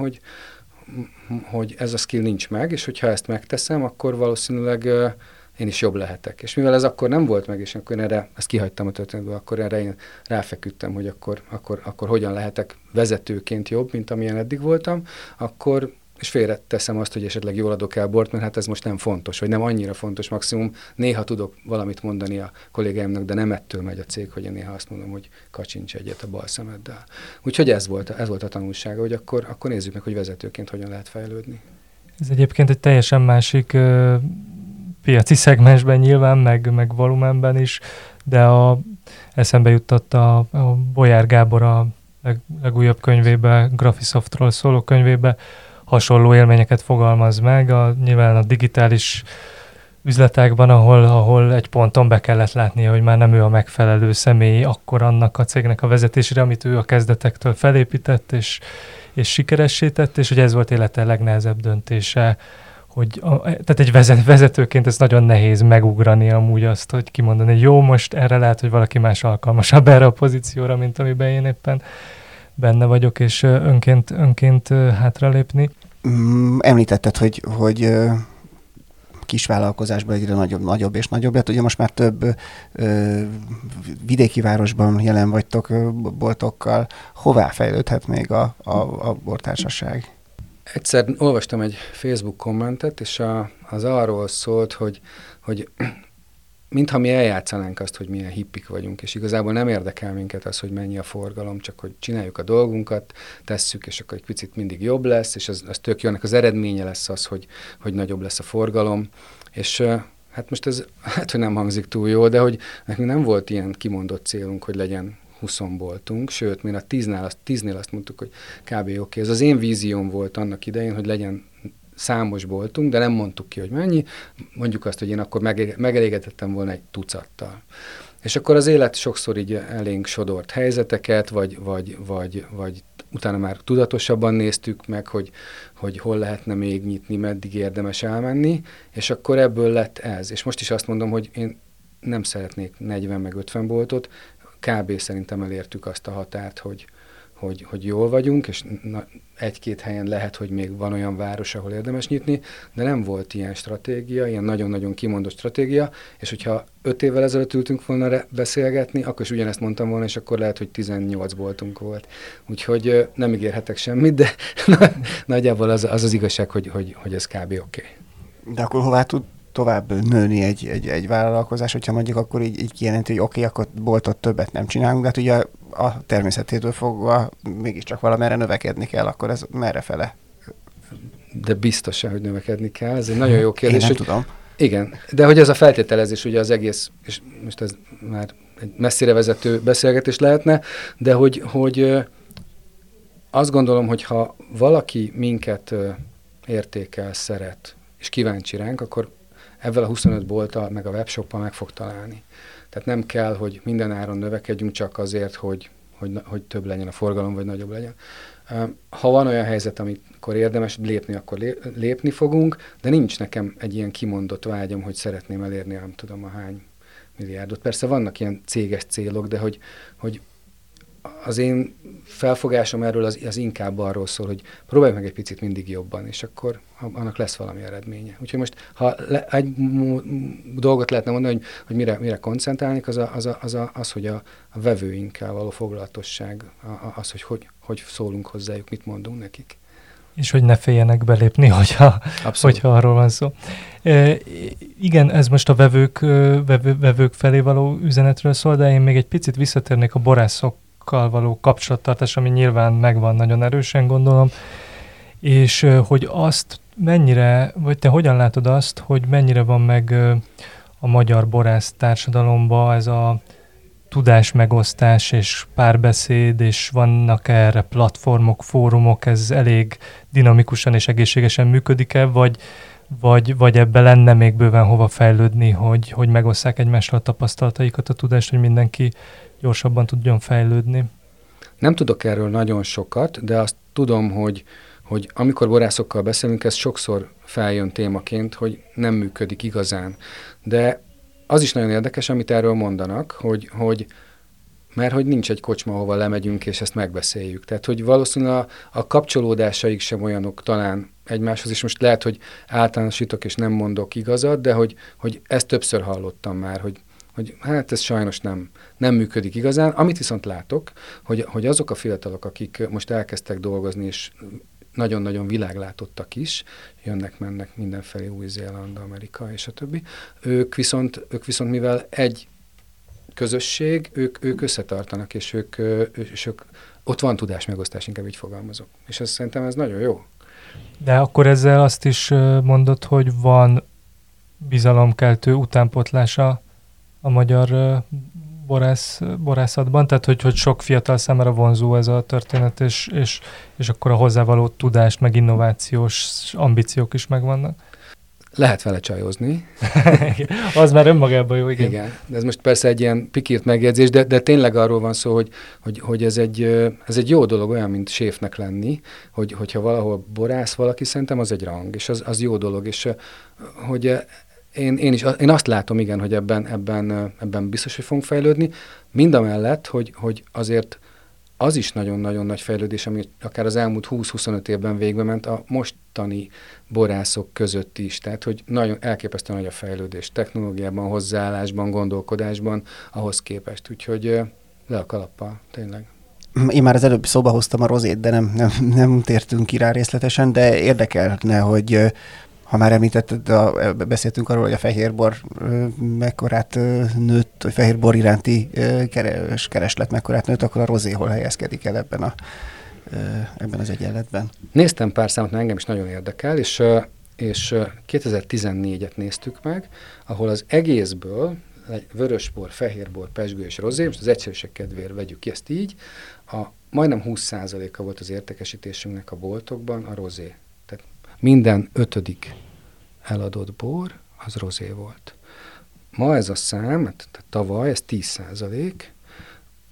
hogy ez a skill nincs meg, és hogyha ezt megteszem, akkor valószínűleg én is jobb lehetek. És mivel ez akkor nem volt meg, és akkor ezt kihagytam a történetből, akkor erre én ráfeküdtem, hogy akkor hogyan lehetek vezetőként jobb, mint amilyen eddig voltam, és félreteszem azt, hogy esetleg jól adok el bort, mert hát ez most nem fontos, vagy nem annyira fontos, maximum néha tudok valamit mondani a kollégáimnak, de nem ettől megy a cég, hogy én néha azt mondom, hogy kacsincs egyet a bal szemeddel. Úgyhogy ez volt a tanulsága, hogy akkor nézzük meg, hogy vezetőként hogyan lehet fejlődni. Ez egyébként egy teljesen másik piaci szegmensben nyilván, meg volumenben is, de eszembe jutott a Bolyár Gábor a legújabb könyvébe, Graphisoftról szóló könyvébe hasonló élményeket fogalmaz meg. Nyilván a digitális üzletekben, ahol egy ponton be kellett látnia, hogy már nem ő a megfelelő személy akkor annak a cégnek a vezetésére, amit ő a kezdetektől felépített és sikeressé tett, és hogy ez volt élete legnehezebb döntése, tehát egy vezetőként ez nagyon nehéz megugrani amúgy azt, hogy kimondani, hogy jó, most erre lehet, hogy valaki más alkalmasabb erre a pozícióra, mint amiben én éppen benne vagyok, és önként hátralépni. Említetted, hogy kisvállalkozásban egyre nagyobb és nagyobb lett. Ugye most már több vidéki városban jelen vagytok boltokkal. Hová fejlődhet még a bortársaság? Egyszer olvastam egy Facebook kommentet, és az arról szólt, hogy mintha mi eljátszanánk azt, hogy milyen hippik vagyunk, és igazából nem érdekel minket az, hogy mennyi a forgalom, csak hogy csináljuk a dolgunkat, tesszük, és akkor egy picit mindig jobb lesz, és az tök jó, ennek az eredménye lesz az, hogy nagyobb lesz a forgalom, és hát most ez, hát hogy nem hangzik túl jó, de hogy nekünk nem volt ilyen kimondott célunk, hogy legyen 20 boltunk, sőt, mi a 10-nél azt mondtuk, hogy kb. Oké. Ez az én vízióm volt annak idején, hogy legyen számos boltunk, de nem mondtuk ki, hogy mennyi. Mondjuk azt, hogy én akkor megelégedettem volna egy tucattal. És akkor az élet sokszor így elénk sodort helyzeteket, vagy utána már tudatosabban néztük meg, hogy hol lehetne még nyitni, meddig érdemes elmenni, és akkor ebből lett ez. És most is azt mondom, hogy én nem szeretnék 40 meg 50 boltot, kb. Szerintem elértük azt a határt, hogy jól vagyunk, és egy-két helyen lehet, hogy még van olyan város, ahol érdemes nyitni, de nem volt ilyen stratégia, ilyen nagyon-nagyon kimondott stratégia, és hogyha 5 évvel ezelőtt ültünk volna beszélgetni, akkor is ugyanezt mondtam volna, és akkor lehet, hogy 18 boltunk volt. Úgyhogy nem ígérhetek semmit, de nagyjából az igazság, hogy ez kb. Oké. De akkor hová tud tovább nőni egy vállalkozás, hogyha mondjuk akkor így kijelenti, hogy oké, akkor boltot többet nem csinálunk, de hát ugye a természetétől fogva mégiscsak valamerre növekedni kell, akkor ez merre fele? De biztosan, hogy növekedni kell. Ez egy nagyon jó kérdés. Én nem tudom. Igen, de hogy ez a feltételezés, ugye az egész, és most ez már egy messzire vezető beszélgetés lehetne, de hogy azt gondolom, hogy ha valaki minket értékel, szeret, és kíváncsi ránk, akkor ezzel a 25 bolttal, meg a webshoppal meg fog találni. Tehát nem kell, hogy minden áron növekedjünk csak azért, hogy több legyen a forgalom, vagy nagyobb legyen. Ha van olyan helyzet, amikor érdemes lépni, akkor lépni fogunk, de nincs nekem egy ilyen kimondott vágyam, hogy szeretném elérni, nem tudom a hány milliárdot. Persze vannak ilyen céges célok, de hogy az én felfogásom erről az inkább arról szól, hogy próbálj meg egy picit mindig jobban, és akkor annak lesz valami eredménye. Úgyhogy most, ha egy dolgot lehetne mondani, hogy mire koncentrálnék, az, hogy a vevőinkkel való foglalatosság, az, hogy szólunk hozzájuk, mit mondunk nekik. És hogy ne féljenek belépni, hogyha arról van szó. Igen, ez most a vevők felé való üzenetről szól, de én még egy picit visszatérnék a borászokkal való kapcsolattartás, ami nyilván megvan nagyon erősen, gondolom, és hogy azt mennyire, vagy te hogyan látod azt, hogy mennyire van meg a magyar borász társadalomban ez a tudásmegosztás és párbeszéd, és vannak erre platformok, fórumok, ez elég dinamikusan és egészségesen működik-e, vagy ebbe lenne még bőven hova fejlődni, hogy megosszák egymással a tapasztalataikat, a tudást, hogy mindenki gyorsabban tudjon fejlődni? Nem tudok erről nagyon sokat, de azt tudom, hogy amikor borászokkal beszélünk, ez sokszor feljön témaként, hogy nem működik igazán. De az is nagyon érdekes, amit erről mondanak, mert hogy nincs egy kocsma, ahova lemegyünk, és ezt megbeszéljük. Tehát, hogy valószínűleg a kapcsolódásaik sem olyanok talán egymáshoz, és most lehet, hogy általánosítok, és nem mondok igazat, de hogy ezt többször hallottam már, hogy hát ez sajnos nem működik igazán. Amit viszont látok, hogy azok a fiatalok, akik most elkezdtek dolgozni, és nagyon-nagyon világlátottak is, jönnek-mennek mindenfelé, Új-Zéland, Amerika és a többi. Ők viszont mivel egy közösség, ők összetartanak, és ők ott van tudásmegosztás, inkább így fogalmazok. És azt szerintem ez nagyon jó. De akkor ezzel azt is mondod, hogy van bizalomkeltő utánpótlása a magyar borászatban, tehát hogy sok fiatal számára vonzó ez a történet, és akkor a hozzávaló tudást, meg innovációs ambíciók is megvannak. Lehet vele csajozni. Az már önmagában jó, igen. Igen, de ez most persze egy ilyen pikírt megjegyzés, de tényleg arról van szó, hogy ez egy jó dolog, olyan, mint séfnek lenni, hogyha valahol borász valaki, szerintem az egy rang, és az jó dolog, és hogy én azt látom, igen, hogy ebben biztos, hogy fogunk fejlődni, mindamellett, hogy azért az is nagyon-nagyon nagy fejlődés, ami akár az elmúlt 20-25 évben végbe ment a mostani borászok között is. Tehát, hogy nagyon elképesztően nagy a fejlődés technológiában, hozzáállásban, gondolkodásban ahhoz képest. Úgyhogy le a kalappal, tényleg. Én már az előbb szóba hoztam a rozét, de nem tértünk ki rá részletesen, de érdekelne, hogy ha már említetted, beszéltünk arról, hogy a fehérbor mekkorát nőtt, vagy fehérbor iránti kereslet mekkorát nőtt, akkor a rozé hol helyezkedik el ebben az egyenletben? Néztem pár számot, mert engem is nagyon érdekel, és 2014-et néztük meg, ahol az egészből vörösbor, fehérbor, pezsgő és rozé, most az egyszerűség kedvéért vegyük ki ezt így, majdnem 20%-a volt az értékesítésünknek a boltokban a rozé. Tehát minden 5. eladott bor az rozé volt. Ma ez a szám, tehát tavaly ez 10%,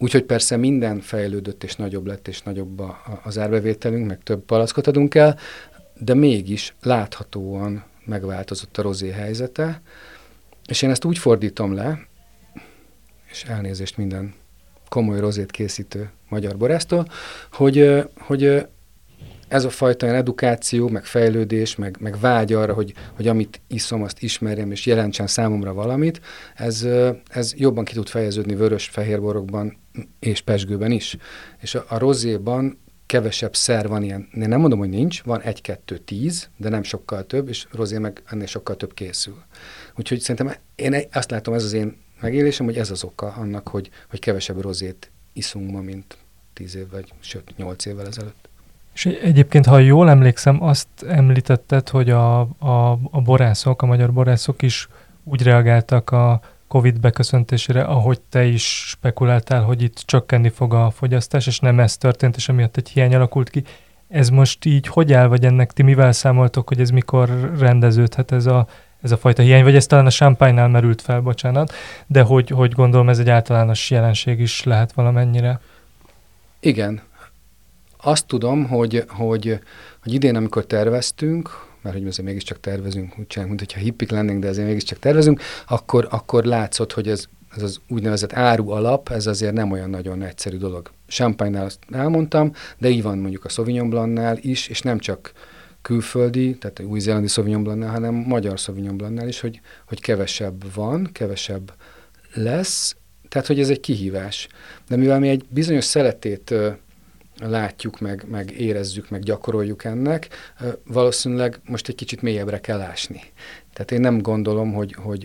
Úgyhogy persze minden fejlődött, és nagyobb lett, és nagyobb az árbevételünk, meg több palackot adunk el, de mégis láthatóan megváltozott a rozé helyzete, és én ezt úgy fordítom le, és elnézést minden komoly rozét készítő magyar borásztól, hogy ez a fajta edukáció, meg fejlődés, meg vágy arra, hogy amit iszom, azt ismerjem, és jelentsen számomra valamit, ez jobban ki tud fejeződni vörös-fehér borokban és pezsgőben is. És a rozéban kevesebb szer van ilyen, én nem mondom, hogy nincs, van 1-2-10, de nem sokkal több, és rozé meg ennél sokkal több készül. Úgyhogy szerintem én azt látom, ez az én megélésem, hogy ez az oka annak, hogy kevesebb rozét iszunk ma, mint 10 év, vagy sőt 8 évvel ezelőtt. És egyébként, ha jól emlékszem, azt említetted, hogy a borászok, a magyar borászok is úgy reagáltak a Covid beköszöntésére, ahogy te is spekuláltál, hogy itt csökkenni fog a fogyasztás, és nem ez történt, és emiatt egy hiány alakult ki. Ez most így hogy áll, vagy ennek ti mivel számoltok, hogy ez mikor rendeződhet ez a fajta hiány, vagy ez talán a champagne-nál merült fel, bocsánat, de hogy gondolom ez egy általános jelenség is lehet valamennyire. Igen. Azt tudom, hogy idén, amikor terveztünk, mert hogy azért mégiscsak tervezünk, úgy csinálunk, mint hogyha hippik lennénk, de azért mégiscsak tervezünk, akkor látszott, hogy ez az úgynevezett áru alap, ez azért nem olyan nagyon egyszerű dolog. Champagne-nál azt elmondtam, de így van mondjuk a Sauvignon Blanc-nál is, és nem csak külföldi, tehát új-zélandi Sauvignon Blanc-nál, hanem magyar Sauvignon Blanc-nál is, hogy kevesebb van, kevesebb lesz, tehát hogy ez egy kihívás. De mivel mi egy bizonyos szeletét látjuk, meg érezzük, meg gyakoroljuk valószínűleg most egy kicsit mélyebbre kell ásni. Tehát én nem gondolom,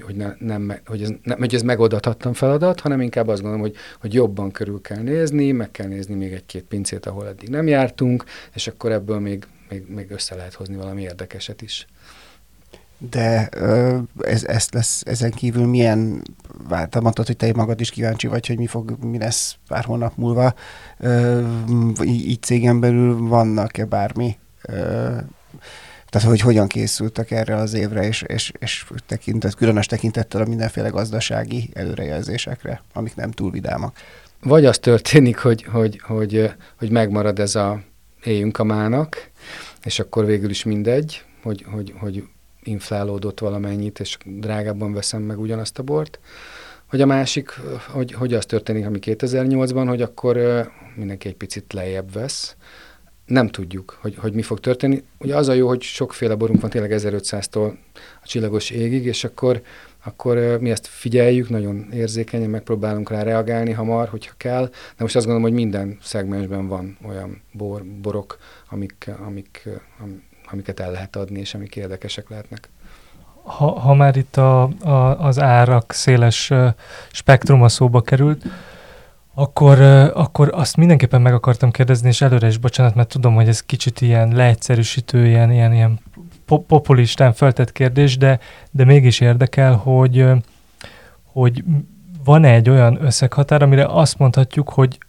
hogy ez megoldhatatlan feladat, hanem inkább azt gondolom, hogy jobban körül kell nézni, meg kell nézni még egy-két pincét, ahol eddig nem jártunk, és akkor ebből még össze lehet hozni valami érdekeset is. De ez lesz ezen kívül milyen, te mondtad, hogy te magad is kíváncsi vagy, hogy mi lesz pár hónap múlva. Így cégen belül vannak-e bármi? Tehát, hogy hogyan készültek erre az évre, és különös tekintettel a mindenféle gazdasági előrejelzésekre, amik nem túl vidámak. Vagy az történik, hogy megmarad ez a éljünk a mának, és akkor végül is mindegy, hogy inflálódott valamennyit, és drágábban veszem meg ugyanazt a bort. Hogy a másik, hogy az történik, ami 2008-ban, hogy akkor mindenki egy picit lejjebb vesz. Nem tudjuk, hogy mi fog történni. Ugye az a jó, hogy sokféle borunk van tényleg 1500-tól a csillagos égig, és akkor mi ezt figyeljük, nagyon érzékenyen megpróbálunk rá reagálni hamar, hogyha kell. De most azt gondolom, hogy minden szegmensben van olyan borok, amiket el lehet adni, és amik érdekesek lehetnek. Ha már itt az árak széles spektruma szóba került, akkor azt mindenképpen meg akartam kérdezni, és előre is bocsánat, mert tudom, hogy ez kicsit ilyen leegyszerűsítő, ilyen populistán feltett kérdés, de mégis érdekel, hogy van-e egy olyan összeghatár, amire azt mondhatjuk, hogy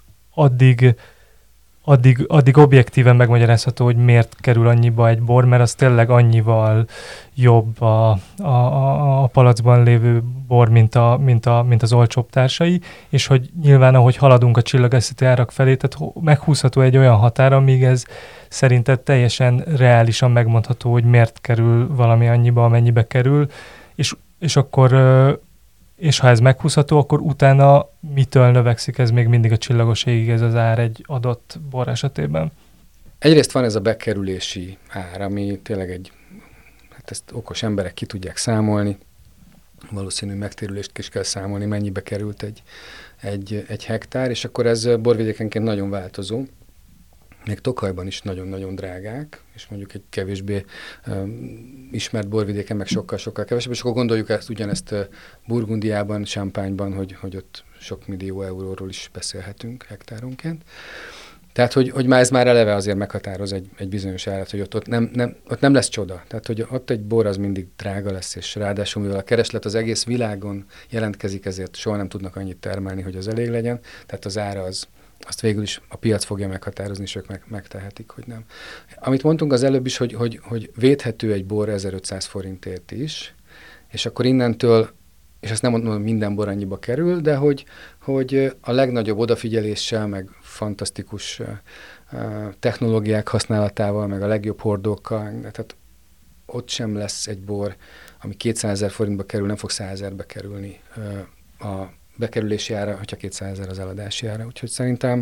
addig objektíven megmagyarázható, hogy miért kerül annyiba egy bor, mert az tényleg annyival jobb a palacban lévő bor, mint az olcsóbb társai, és hogy nyilván, ahogy haladunk a csillagászati árak felé, tehát meghúzható egy olyan határ, amíg ez szerinted teljesen reálisan megmondható, hogy miért kerül valami annyiba, amennyibe kerül, és akkor... És ha ez meghúzható, akkor utána mitől növekszik ez még mindig a csillagos égig ez az ár egy adott bor esetében? Egyrészt van ez a bekerülési ár, ami tényleg hát ezt okos emberek ki tudják számolni. Valószínű megtérülést is kell számolni, mennyibe került egy hektár, és akkor ez borvidékenként nagyon változó. Még Tokajban is nagyon-nagyon drágák, és mondjuk egy kevésbé ismert borvidéken meg sokkal-sokkal kevesebb, és akkor gondoljuk ugyanezt Burgundiában, Champagne-ban, hogy ott sok millió euróról is beszélhetünk hektáronként. Tehát, hogy már ez már eleve azért meghatároz egy bizonyos árat, hogy ott nem lesz csoda. Tehát, hogy ott egy bor az mindig drága lesz, és ráadásul, mivel a kereslet az egész világon jelentkezik, ezért soha nem tudnak annyit termelni, hogy az elég legyen. Tehát az ára azt végül is a piac fogja meghatározni, és ők megtehetik, hogy nem. Amit mondtunk az előbb is, hogy védhető egy bor 1500 forintért is, és akkor innentől és azt nem mondom, hogy minden bor annyiba kerül, de hogy a legnagyobb odafigyeléssel, meg fantasztikus technológiák használatával, meg a legjobb hordókkal, tehát ott sem lesz egy bor, ami 200 000 forintba kerül, nem fog 100 000-be kerülni a bekerülési ára, hogyha 200 000 az eladási ára. Úgyhogy szerintem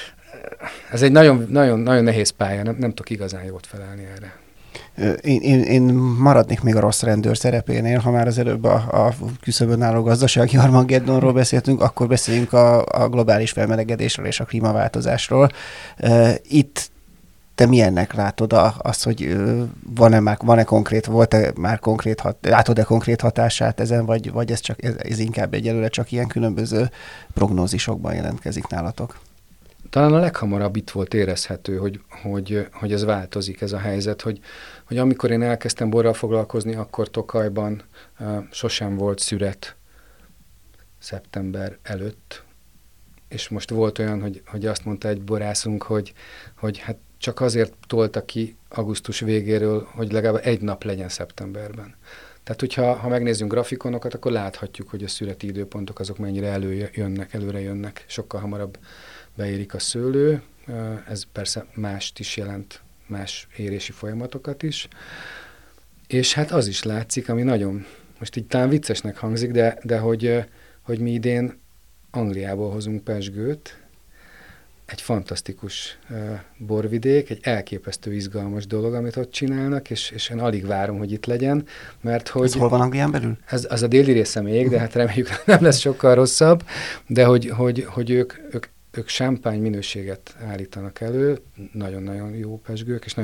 ez egy nagyon, nagyon, nagyon nehéz pálya, nem tudok igazán jót felelni erre. Én maradnék még a rossz rendőr szerepénél, ha már az előbb a küszöbön álló gazdasági Armageddonról beszéltünk, akkor beszéljünk a globális felmelegedésről és a klímaváltozásról. Itt te milyennek látod azt, hogy van-e konkrét, volt-e már konkrét, látod-e konkrét hatását ezen, vagy ez inkább egyelőre csak ilyen különböző prognózisokban jelentkezik nálatok? Talán a leghamarabb itt volt érezhető, hogy ez változik, ez a helyzet, hogy amikor én elkezdtem borral foglalkozni, akkor Tokajban sosem volt szüret szeptember előtt, és most volt olyan, hogy azt mondta egy borászunk, hogy hát csak azért tolta ki augusztus végéről, hogy legalább egy nap legyen szeptemberben. Tehát, hogyha megnézzünk grafikonokat, akkor láthatjuk, hogy a szüreti időpontok azok mennyire előre jönnek, sokkal hamarabb beérik a szőlő, ez persze mást is jelent, más érési folyamatokat is, és hát az is látszik, ami nagyon, most így talán viccesnek hangzik, de hogy mi idén Angliából hozunk pezsgőt, egy fantasztikus borvidék, egy elképesztő izgalmas dolog, amit ott csinálnak, és én alig várom, hogy itt legyen, mert hogy... Ez hol van Anglián belül? Ez a déli része még, de hát reméljük nem lesz sokkal rosszabb, de hogy ők champagne minőséget állítanak elő, nagyon-nagyon jó pezsgők, és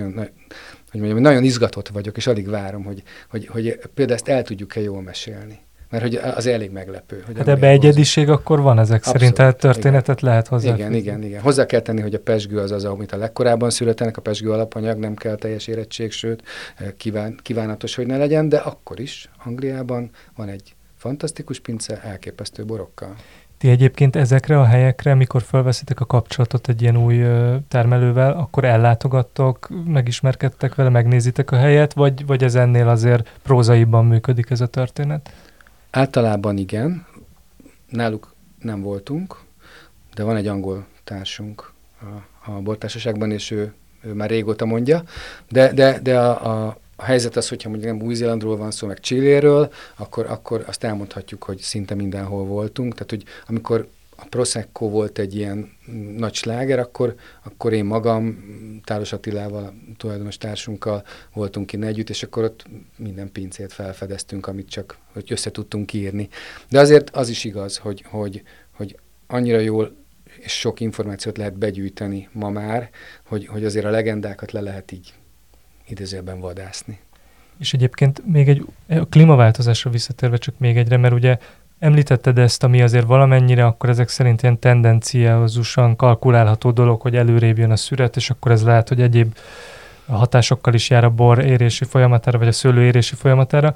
nagyon izgatott vagyok, és alig várom, hogy például ezt el tudjuk-e jól mesélni. Mert hogy az elég meglepő. Hát ebbe egyediség akkor van ezek szerint, tehát történetet igen. Lehet hozzá. Igen. Hozzá kell tenni, hogy a pezsgő az, amit a legkorábban születenek, a pezsgő alapanyag, nem kell teljes érettség, sőt, kívánatos, hogy ne legyen, de akkor is Angliában van egy fantasztikus pince, elképesztő borokkal. Ti egyébként ezekre a helyekre, mikor felveszitek a kapcsolatot egy ilyen új termelővel, akkor ellátogattok, megismerkedtek vele, megnézitek a helyet, vagy ez ennél azért prózaiban működik ez a történet? Általában igen, náluk nem voltunk, de van egy angol társunk a bortársaságban, és ő már régóta mondja, de a helyzet az, hogyha mondjuk nem Új-Zélandról van szó, meg Chiléről, akkor azt elmondhatjuk, hogy szinte mindenhol voltunk, tehát hogy amikor a Prosecco volt egy ilyen nagy sláger, akkor én magam Tálos Attilával, tulajdonos társunkkal voltunk ki együtt, és akkor ott minden pincét felfedeztünk, amit csak hogy össze tudtunk írni. De azért az is igaz, hogy annyira jól és sok információt lehet begyűjteni ma már, hogy azért a legendákat le lehet így idézőjelben vadászni. És egyébként még a klímaváltozásra visszatérve csak még egyre, mert ugye említetted ezt, ami azért valamennyire akkor ezek szerint ilyen tendenciázusan kalkulálható dolog, hogy előrébb jön a szüret, és akkor ez lehet, hogy egyéb hatásokkal is jár a bor érési folyamatára, vagy a szőlő érési folyamatára,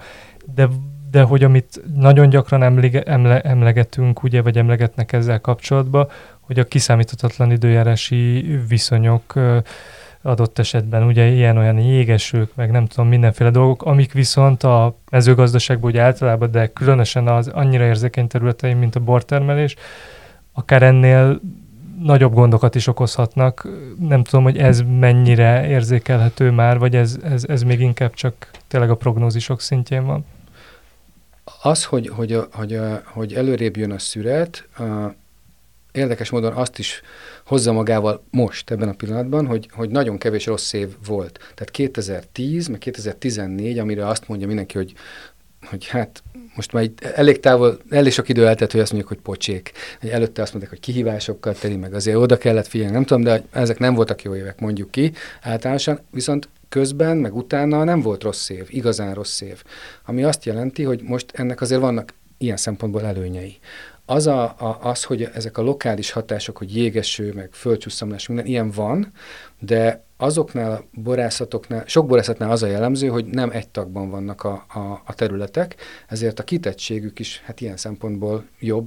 de hogy amit nagyon gyakran emlegetünk, ugye, vagy emlegetnek ezzel kapcsolatban, hogy a kiszámíthatatlan időjárási viszonyok adott esetben, ugye ilyen-olyan jégesők, meg nem tudom, mindenféle dolgok, amik viszont a mezőgazdaságban ugye általában, de különösen az annyira érzékeny területein, mint a bortermelés, akár ennél nagyobb gondokat is okozhatnak. Nem tudom, hogy ez mennyire érzékelhető már, vagy ez még inkább csak tényleg a prognózisok szintjén van. Az, hogy előrébb jön a szüret, érdekes módon azt is hozza magával most, ebben a pillanatban, hogy nagyon kevés rossz év volt. Tehát 2010, meg 2014, amire azt mondja mindenki, hogy hát most már elég sok idő eltelt, hogy azt mondjuk, hogy pocsék. Előtte azt mondták, hogy kihívásokkal teli, meg azért oda kellett figyelni, nem tudom, de ezek nem voltak jó évek, mondjuk ki általánosan, viszont közben, meg utána nem volt rossz év, igazán rossz év. Ami azt jelenti, hogy most ennek azért vannak ilyen szempontból előnyei. Az, hogy ezek a lokális hatások, hogy jégeső, meg földcsúszamlás, minden ilyen van, de azoknál a borászatoknál, sok borászatnál az a jellemző, hogy nem egy tagban vannak a területek, ezért a kitettségük is hát ilyen szempontból jobb,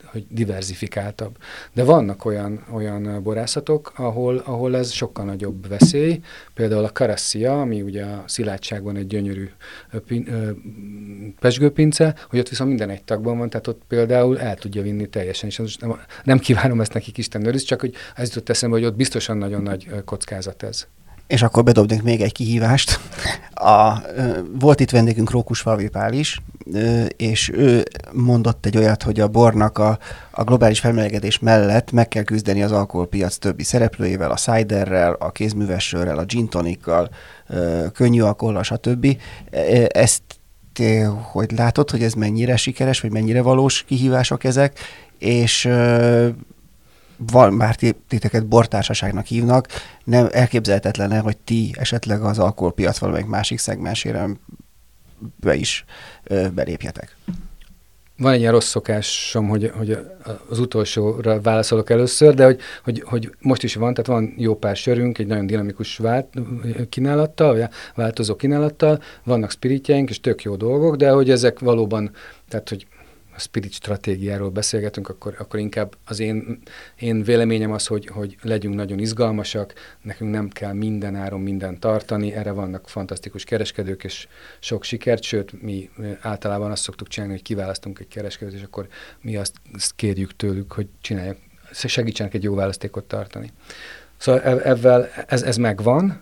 hogy diverzifikáltabb. De vannak olyan borászatok, ahol ez sokkal nagyobb veszély. Például a Karassia, ami ugye a szilárdságban egy gyönyörű pezsgőpince, hogy ott viszont minden egy tagban van, tehát ott például el tudja vinni teljesen. És nem kívánom ezt nekik, Isten őriz, csak hogy ez jutott eszembe, hogy ott biztosan nagyon nagy kockázat ez. És akkor bedobnék még egy kihívást. Volt itt vendégünk Rókusfalvi Pál is, és ő mondott egy olyat, hogy a bornak a globális felmelegedés mellett meg kell küzdeni az alkoholpiac többi szereplőjével, a ciderrel, a kézműves sörrel, a gin tonikkal, könnyű alkohollal, stb. Ezt hogy látod, hogy ez mennyire sikeres, vagy mennyire valós kihívások ezek, és már titeket bortársaságnak hívnak, nem elképzelhetetlen, hogy ti esetleg az alkoholpiac valamelyik másik szegmensére be is belépjetek. Van egy ilyen rossz szokásom, hogy az utolsóra válaszolok először, de hogy most is van, tehát van jó pár sörünk, egy nagyon dinamikus kínálattal, változó kínálattal, vannak spiritjeink, és tök jó dolgok, de hogy ezek valóban, tehát hogy a spirit stratégiáról beszélgetünk, akkor inkább az én véleményem az, hogy legyünk nagyon izgalmasak, nekünk nem kell minden áron mindent tartani, erre vannak fantasztikus kereskedők, és sok sikert, sőt, mi általában azt szoktuk csinálni, hogy kiválasztunk egy kereskedőt, és akkor mi azt kérjük tőlük, hogy segítsenek egy jó választékot tartani. Szóval ezzel ez megvan.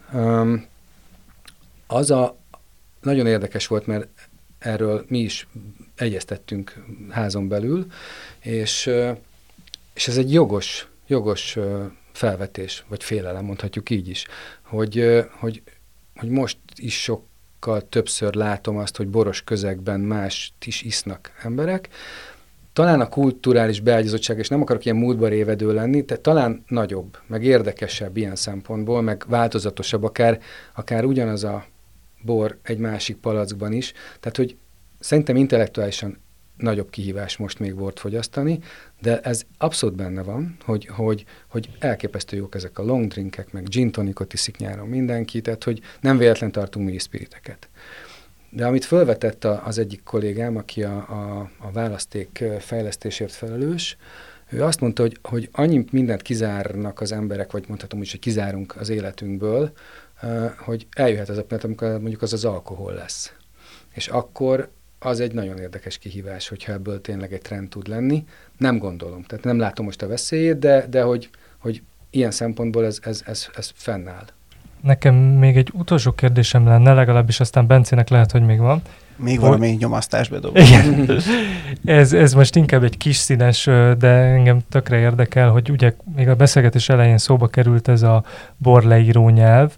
Nagyon érdekes volt, mert erről mi is egyeztettünk házon belül, és ez egy jogos felvetés, vagy félelem, mondhatjuk így is, hogy most is sokkal többször látom azt, hogy boros közegben mást is isznak emberek. Talán a kulturális beágyazottság, és nem akarok ilyen múltba révedő lenni, de talán nagyobb, meg érdekesebb ilyen szempontból, meg változatosabb, akár ugyanaz a bor egy másik palackban is. Tehát, hogy szerintem intellektuálisan nagyobb kihívás most még bort fogyasztani, de ez abszolút benne van, hogy elképesztő jók ezek a long drinkek, meg gin tonicot iszik nyáron mindenki, tehát hogy nem véletlen tartunk mi spiriteket. De amit felvetett az egyik kollégám, aki a választék fejlesztésért felelős, ő azt mondta, hogy annyi mindent kizárnak az emberek, vagy mondhatom úgy, hogy kizárunk az életünkből, hogy eljöhet az a pillanat, amikor mondjuk az alkohol lesz. És akkor az egy nagyon érdekes kihívás, hogyha ebből tényleg egy trend tud lenni. Nem gondolom, tehát nem látom most a veszélyét, de hogy ilyen szempontból ez fennáll. Nekem még egy utolsó kérdésem lenne, legalábbis aztán Bencének lehet, hogy még van. Még valami nyomasztás bedobom. Igen. ez most inkább egy kis színes, de engem tökre érdekel, hogy ugye még a beszélgetés elején szóba került ez a borleíró nyelv,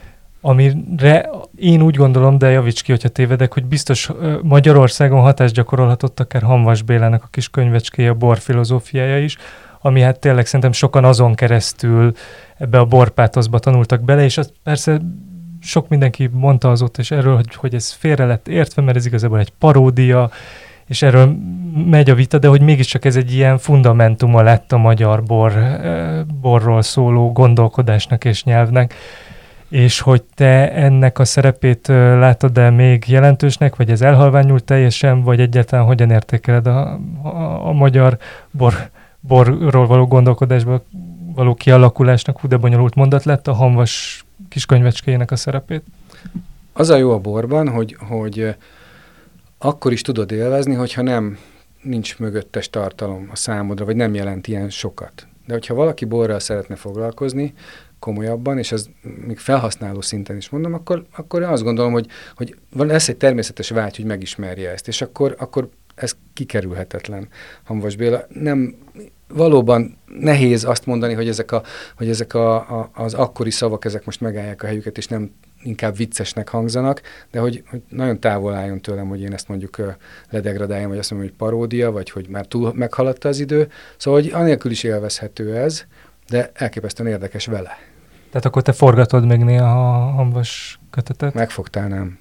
amire én úgy gondolom, de javíts ki, hogyha tévedek, hogy biztos Magyarországon hatást gyakorolhatott akár Hamvas Bélának a kis könyvecskéje, a bor filozófiája is, ami hát tényleg szerintem sokan azon keresztül ebbe a borpátoszba tanultak bele, és azt persze sok mindenki mondta azóta is erről, hogy ez félre lett értve, mert ez igazából egy paródia, és erről megy a vita, de hogy mégiscsak ez egy ilyen fundamentuma lett a magyar borról szóló gondolkodásnak és nyelvnek, és hogy te ennek a szerepét látod-e még jelentősnek, vagy ez elhalványult teljesen, vagy egyáltalán hogyan értékeled a magyar borról való gondolkodásban való kialakulásnak, hú de bonyolult mondat lett, a Hamvas kiskönyvecskéjének a szerepét? Az a jó a borban, hogy akkor is tudod élvezni, hogyha nincs mögöttes tartalom a számodra, vagy nem jelent ilyen sokat. De hogyha valaki borral szeretne foglalkozni komolyabban, és ez még felhasználó szinten is mondom, akkor azt gondolom, hogy lesz egy természetes vágy, hogy megismerje ezt, és akkor ez kikerülhetetlen. Hamvas Béla, valóban nehéz azt mondani, hogy ezek az akkori szavak, ezek most megállják a helyüket, és nem inkább viccesnek hangzanak, de hogy nagyon távol álljon tőlem, hogy én ezt mondjuk ledegradáljam, vagy azt mondom, hogy paródia, vagy hogy már túl meghaladta az idő. Szóval, hogy anélkül is élvezhető ez, de elképesztően érdekes vele. Tehát akkor te forgatod még néha a Hamvas kötetet? Megfogtál, nem.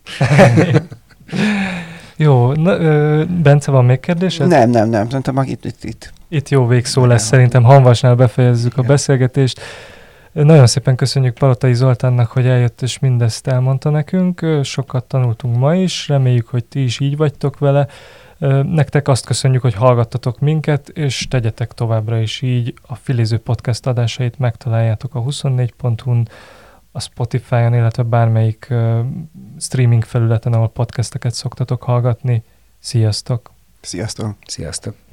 Jó, Bence, van még kérdésed? Nem. Szerintem itt. Itt jó végszó lesz, szerintem Hamvasnál befejezzük a beszélgetést. Nagyon szépen köszönjük Palotai Zoltánnak, hogy eljött és mindezt elmondta nekünk. Sokat tanultunk ma is, reméljük, hogy ti is így vagytok vele. Nektek azt köszönjük, hogy hallgattatok minket, és tegyetek továbbra is így. A Filiző podcast adásait megtaláljátok a 24.hu-n, a Spotify-on, illetve bármelyik streaming felületen, ahol podcasteket szoktatok hallgatni. Sziasztok! Sziasztok! Sziasztok!